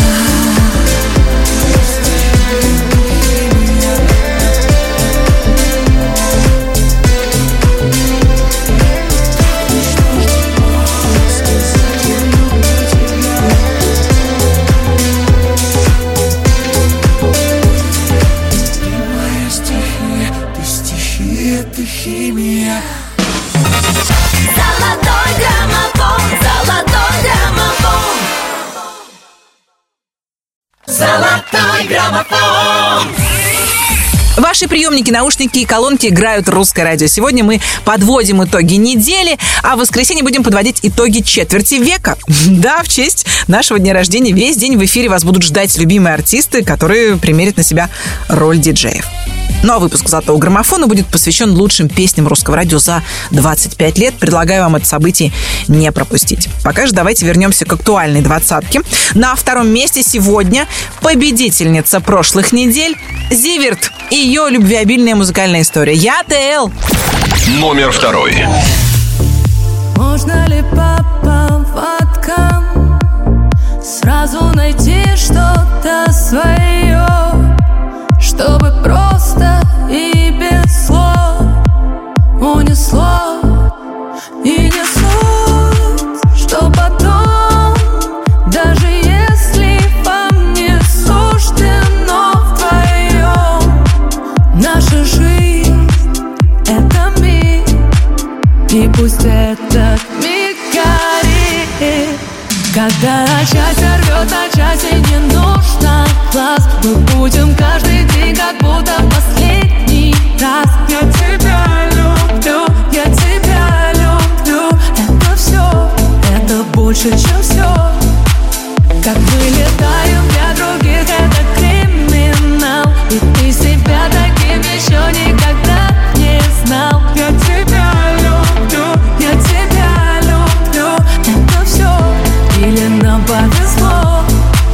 Золотой граммофон. Ваши приемники, наушники и колонки играют русское радио. Сегодня мы подводим итоги недели, а в воскресенье будем подводить итоги четверти века. Да, в честь нашего дня рождения весь день в эфире вас будут ждать любимые артисты, которые примерят на себя роль диджеев. Ну а выпуск «Золотого граммофона» будет посвящен лучшим песням русского радио за 25 лет. Предлагаю вам это событие не пропустить. Пока же давайте вернемся к актуальной двадцатке. На втором месте сегодня победительница прошлых недель Зиверт и ее любвеобильная музыкальная история. Я ТЛ. Номер второй. Можно ли по поводкам сразу найти что-то свое, чтобы просто и без слов унесло? И не суть, что потом, даже если вам не суждено вдвоем, наша жизнь — это миг, и пусть этот миг горит. Когда часть рвет, а части не нужно глаз, мы будем каждый день как будто последний раз. Я тебя люблю, я тебя люблю. Это все, это больше, чем все. Как мы летаем для других, это криминал. И ты себя таким еще никогда не знал. Я тебя люблю, я тебя люблю. Это все, или нам повезло.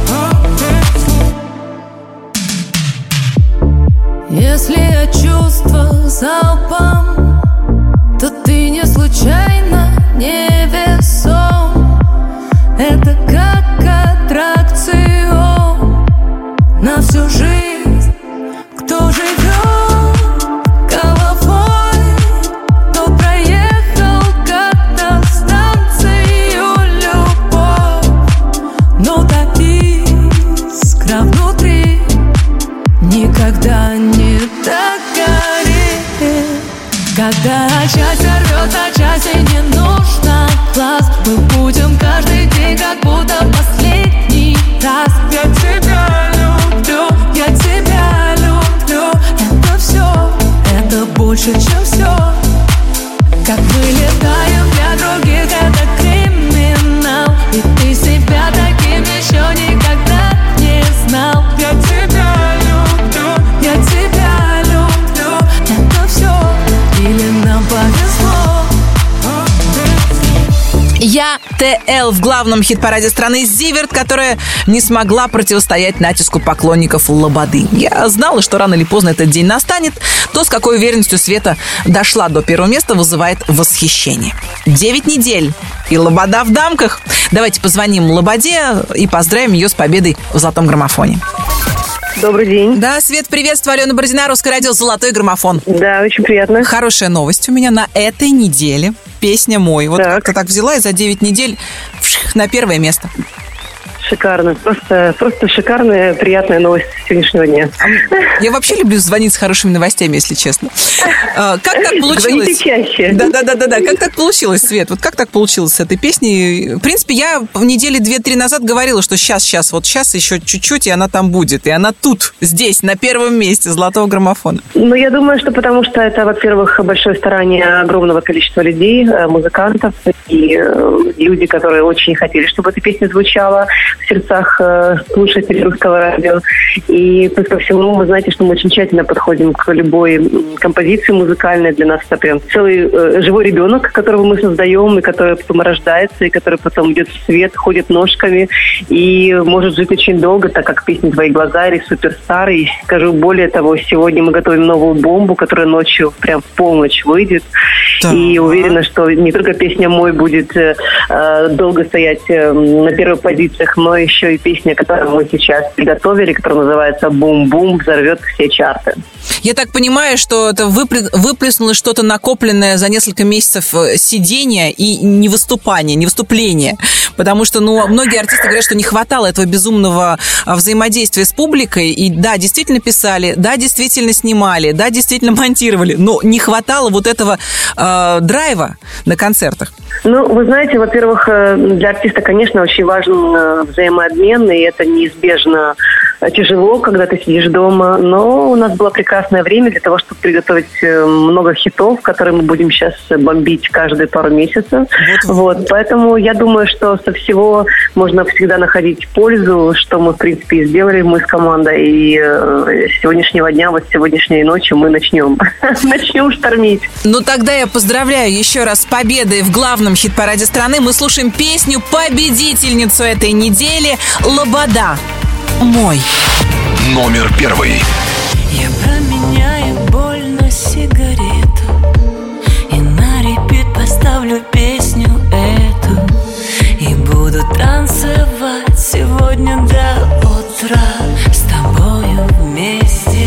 Если я чувствую залпом, то ты не случайно невесом. Это как аттракцион на всю жизнь. Кто живет головой, тот проехал как на станцию любовь. Но та искра внутри никогда не догорит. Когда часть рвет, а части не нужно глаз, мы будем каждый день как будто последний раз. Я тебя люблю, я тебя люблю. Это все, это больше, чем все. Как мы летаем для других, это криминал. И ты себя таким еще никогда не знал. Я тебя люблю, я тебя люблю. Это все, или нам повезло. Я ТЛ в главном хит-параде страны Зиверт, которая не смогла противостоять натиску поклонников Лободы. Я знала, что рано или поздно этот день настанет. То, с какой уверенностью Света дошла до первого места, вызывает восхищение. 9 недель, и Лобода в дамках. Давайте позвоним Лободе и поздравим ее с победой в «Золотом граммофоне». Добрый день. Да, Свет, приветствую. Алена Бородина, Русское радио «Золотой граммофон». Да, очень приятно. Хорошая новость у меня на этой неделе. Песня «Мой». Вот как-то так взяла и за 9 недель на первое место. Шикарно. Просто шикарная, приятная новость сегодняшнего дня. Я вообще люблю звонить с хорошими новостями, если честно. Как так получилось? Звоните чаще. Да. Как так получилось, Свет? Вот как так получилось с этой песней? В принципе, я недели 2-3 назад говорила, что сейчас еще чуть-чуть, и она там будет. И она тут, здесь, на первом месте «Золотого граммофона». Ну, я думаю, что потому что это, во-первых, большое старание огромного количества людей, музыкантов и люди, которые очень хотели, чтобы эта песня звучала в сердцах слушателей Русского радио. И плюс ко всему, вы знаете, что мы очень тщательно подходим к любой композиции музыкальной. Для нас это прям целый живой ребенок, которого мы создаем, и который потом рождается, и который потом идет в свет, ходит ножками и может жить очень долго, так как песня «Твои глаза» или «Суперстар». И скажу более того, сегодня мы готовим новую бомбу, которая ночью прям в полночь выйдет. Да. И уверена, что не только песня «Мой» будет долго стоять на первых позициях, но еще и песня, которую мы сейчас приготовили, которая называется «Бум-бум», взорвет все чарты. Я так понимаю, что это выплеснулось что-то накопленное за несколько месяцев сидения и невыступления. Потому что, многие артисты говорят, что не хватало этого безумного взаимодействия с публикой. И да, действительно писали, да, действительно снимали, да, действительно монтировали. Но не хватало вот этого драйва на концертах. Вы знаете, во-первых, для артиста, конечно, очень важен взаимообмен, и это неизбежно тяжело, когда ты сидишь дома, но у нас было прекрасное время для того, чтобы приготовить много хитов, которые мы будем сейчас бомбить каждые пару месяцев. Вот. Поэтому я думаю, что со всего можно всегда находить пользу, что мы, в принципе, и сделали мы с командой. И с сегодняшнего дня, вот с сегодняшней ночи мы начнем штормить. Ну, тогда я поздравляю еще раз с победой в главном хит-параде страны. Мы слушаем песню победительницу этой недели «Лобода. Мой». Номер первый. Я променяю боль на сигарету и на репит поставлю песню эту. И буду танцевать сегодня до утра с тобою вместе.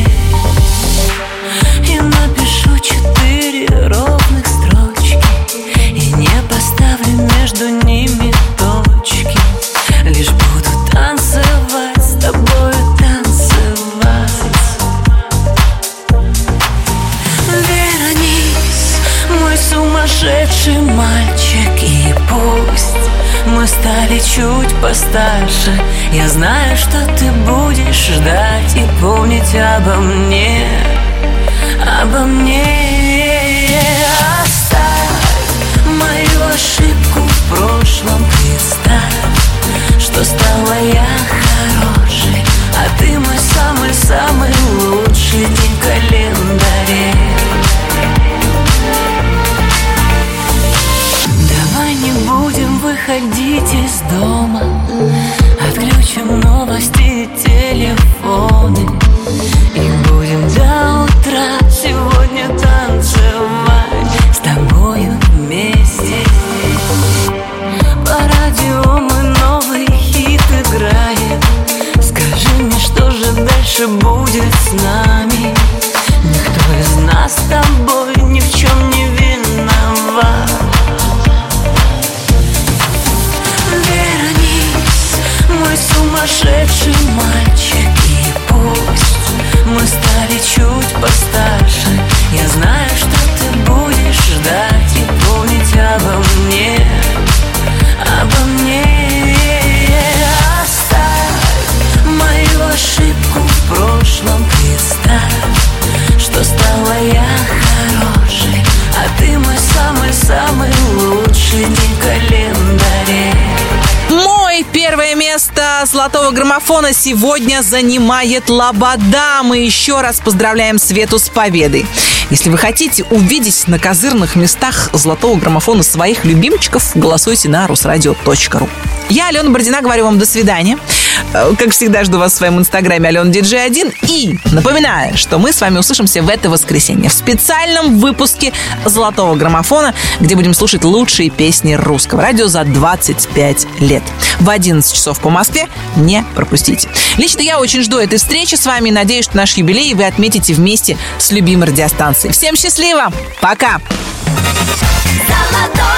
И напишу 4 ровных строчки и не поставлю между ними точки. Лишь буду танцевать с тобою, танцевать. Вернись, мой сумасшедший мальчик, и пусть мы стали чуть постарше, я знаю, что ты будешь ждать и помнить обо мне, обо мне. Оставь мою ошибку в прошлом, представь, что стала я хорошей, а ты мой самый-самый лучший день в календаре. Давай не будем выходить из дома, отключим новости и телефоны, и будем до утра сегодня танцевать с тобою вместе. По радио мы новый хит играем. Скажи мне, что же дальше будет с нами? Никто из нас с тобой ни в чем не виноват. Вернись, мой сумасшедший мальчик, и пусть мы стали чуть постарше, я знаю, что ты будешь ждать и помнить обо мне, обо мне. Оставь мою ошибку в прошлом, представь, что стала я хорошей, а ты мой самый-самый лучший день в календаре. Мой первое место золотого граммофона сегодня занимает «Лобода». Мы еще раз поздравляем Свету с победой. Если вы хотите увидеть на козырных местах золотого граммофона своих любимчиков, голосуйте на rusradio.ru. Я, Алена Бородина, говорю вам до свидания. Как всегда, жду вас в своем инстаграме Алена Диджей 1. И напоминаю, что мы с вами услышимся в это воскресенье в специальном выпуске «Золотого граммофона», где будем слушать лучшие песни русского радио за 25 лет. В 11 часов по Москве. Не пропустите. Лично я очень жду этой встречи с вами и надеюсь, что наш юбилей вы отметите вместе с любимой радиостанцией. Всем счастливо! Пока! Золотой